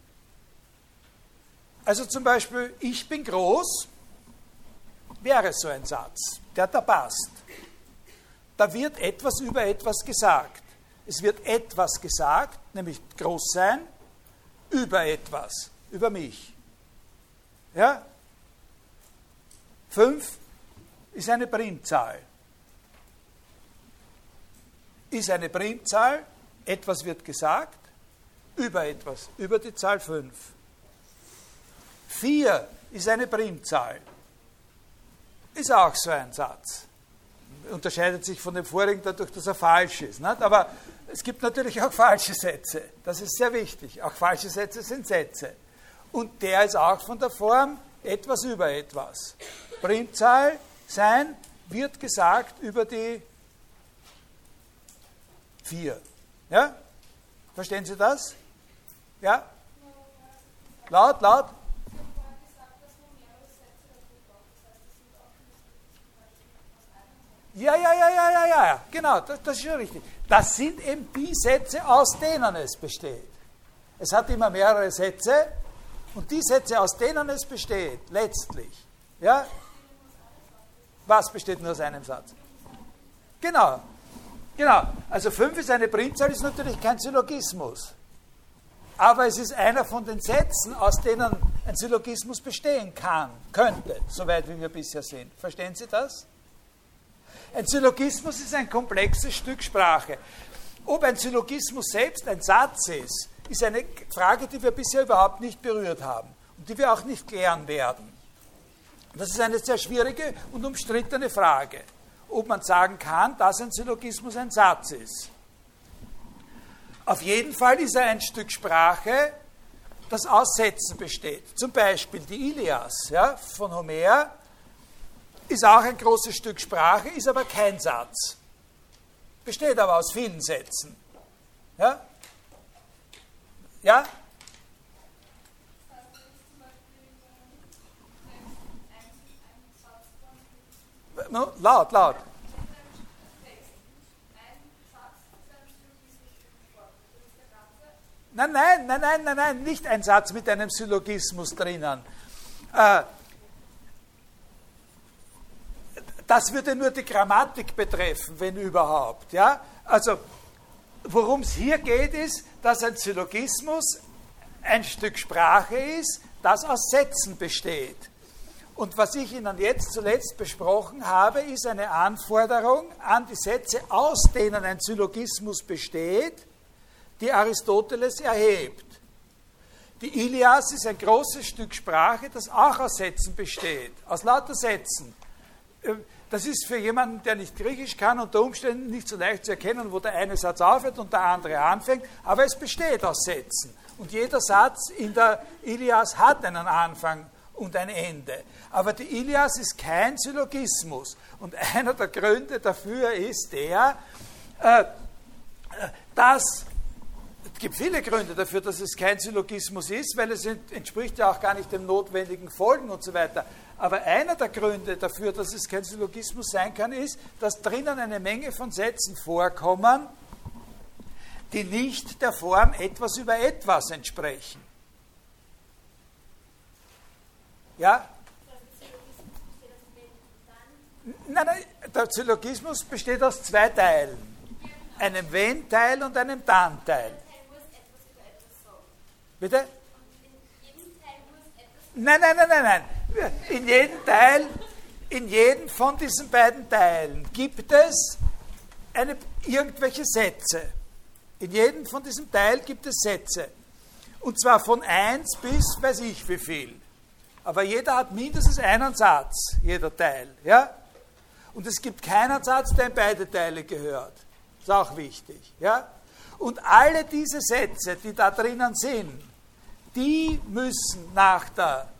Also zum Beispiel, ich bin groß, wäre so ein Satz, der da passt. Da wird etwas über etwas gesagt. Es wird etwas gesagt, nämlich groß sein, über etwas, über mich. Ja? Fünf ist eine Primzahl. Ist eine Primzahl, etwas wird gesagt, über etwas, über die Zahl fünf. Vier ist eine Primzahl. Ist auch so ein Satz. Unterscheidet sich von dem vorigen dadurch, dass er falsch ist. Nicht? Aber es gibt natürlich auch falsche Sätze. Das ist sehr wichtig. Auch falsche Sätze sind Sätze. Und der ist auch von der Form etwas über etwas. Primzahl sein wird gesagt über die vier. Ja? Verstehen Sie das? Ja? Laut, laut. Ja, ja, ja, ja, ja, ja. ja, genau, das, das ist schon richtig. Das sind eben die Sätze, aus denen es besteht. Es hat immer mehrere Sätze und die Sätze, aus denen es besteht, letztlich, ja, was besteht nur aus einem Satz? Genau, genau. Also fünf ist eine Primzahl, ist natürlich kein Syllogismus. Aber es ist einer von den Sätzen, aus denen ein Syllogismus bestehen kann, könnte, soweit wie wir bisher sind. Verstehen Sie das? Ein Syllogismus ist ein komplexes Stück Sprache. Ob ein Syllogismus selbst ein Satz ist, ist eine Frage, die wir bisher überhaupt nicht berührt haben und die wir auch nicht klären werden. Das ist eine sehr schwierige und umstrittene Frage, ob man sagen kann, dass ein Syllogismus ein Satz ist. Auf jeden Fall ist er ein Stück Sprache, das aus Sätzen besteht. Zum Beispiel die Ilias, ja, von Homer ist auch ein großes Stück Sprache, ist aber kein Satz. Besteht aber aus vielen Sätzen. Ja? Ja? No, laut, laut. Nein, nein, nein, nein, nein, nein, nicht ein Satz mit einem Syllogismus drinnen. Äh, das würde nur die Grammatik betreffen, wenn überhaupt. Ja? Also, worum es hier geht, ist, dass ein Syllogismus ein Stück Sprache ist, das aus Sätzen besteht. Und was ich Ihnen jetzt zuletzt besprochen habe, ist eine Anforderung an die Sätze, aus denen ein Syllogismus besteht, die Aristoteles erhebt. Die Ilias ist ein großes Stück Sprache, das auch aus Sätzen besteht, aus lauter Sätzen. Das ist für jemanden, der nicht Griechisch kann, unter Umständen nicht so leicht zu erkennen, wo der eine Satz aufhört und der andere anfängt, aber es besteht aus Sätzen. Und jeder Satz in der Ilias hat einen Anfang und ein Ende. Aber die Ilias ist kein Syllogismus. Und einer der Gründe dafür ist der, äh, dass es gibt viele Gründe dafür, dass es kein Syllogismus ist, weil es entspricht ja auch gar nicht dem notwendigen Folgen und so weiter. Aber einer der Gründe dafür, dass es kein Syllogismus sein kann, ist, dass drinnen eine Menge von Sätzen vorkommen, die nicht der Form etwas über etwas entsprechen. Ja? Nein, nein, der Syllogismus besteht aus zwei Teilen. Einem Wenn-Teil und einem Dann-Teil. Bitte? Nein, nein, nein, nein, nein. In jedem Teil, in jedem von diesen beiden Teilen gibt es eine, irgendwelche Sätze. In jedem von diesem Teil gibt es Sätze. Und zwar von eins bis weiß ich wie viel. Aber jeder hat mindestens einen Satz, jeder Teil. Ja? Und es gibt keinen Satz, der in beide Teile gehört. Das ist auch wichtig. Ja? Und alle diese Sätze, die da drinnen sind, die müssen nach der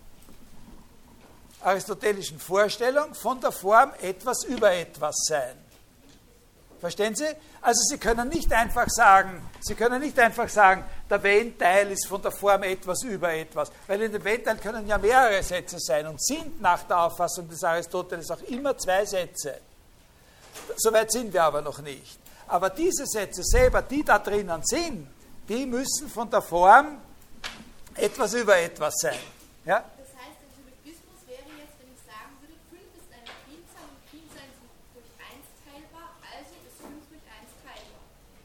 aristotelischen Vorstellung von der Form etwas über etwas sein. Verstehen Sie? Also Sie können nicht einfach sagen, Sie können nicht einfach sagen, der Wenn-Teil ist von der Form etwas über etwas, weil in dem Wenn-Teil können ja mehrere Sätze sein und sind nach der Auffassung des Aristoteles auch immer zwei Sätze. Soweit sind wir aber noch nicht. Aber diese Sätze selber, die da drinnen sind, die müssen von der Form etwas über etwas sein. Ja? Das heißt, ein Syllogismus wäre jetzt, wenn ich sagen würde, fünf ist eine Primzahl und Primzahlen sind durch eins teilbar, also ist fünf durch eins teilbar.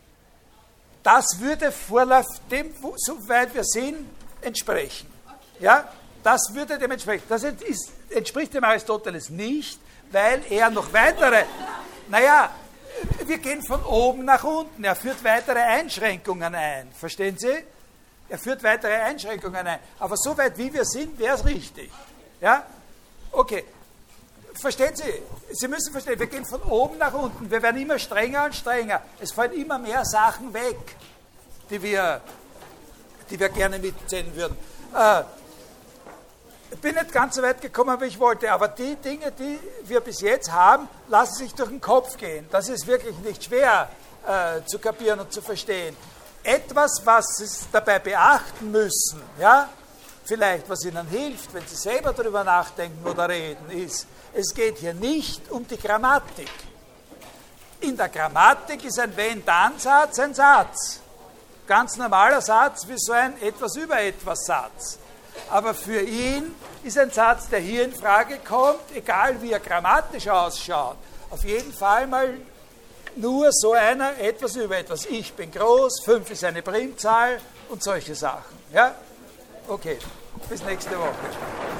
Das würde Vorlauf dem, soweit wir sind, entsprechen. Okay. Ja? Das würde dem entsprechen. Das ist, entspricht dem Aristoteles nicht, weil er noch weitere, naja, wir gehen von oben nach unten. Er führt weitere Einschränkungen ein. Verstehen Sie? Er führt weitere Einschränkungen ein. Aber so weit wie wir sind, wäre es richtig. Ja? Okay. Verstehen Sie? Sie müssen verstehen, wir gehen von oben nach unten. Wir werden immer strenger und strenger. Es fallen immer mehr Sachen weg, die wir, die wir gerne mitzählen würden. Äh, ich bin nicht ganz so weit gekommen, wie ich wollte, aber die Dinge, die wir bis jetzt haben, lassen sich durch den Kopf gehen. Das ist wirklich nicht schwer äh, zu kapieren und zu verstehen. Etwas, was Sie dabei beachten müssen, ja, vielleicht was Ihnen hilft, wenn Sie selber darüber nachdenken oder reden, ist, es geht hier nicht um die Grammatik. in der Grammatik ist ein Wenn-Dann-Satz ein Satz. Ganz normaler Satz wie so ein etwas über etwas Satz. Aber für ihn ist ein Satz, der hier in Frage kommt, egal wie er grammatisch ausschaut, auf jeden Fall mal nur so einer, etwas über etwas. Ich bin groß, fünf ist eine Primzahl und solche Sachen. Ja? Okay, bis nächste Woche.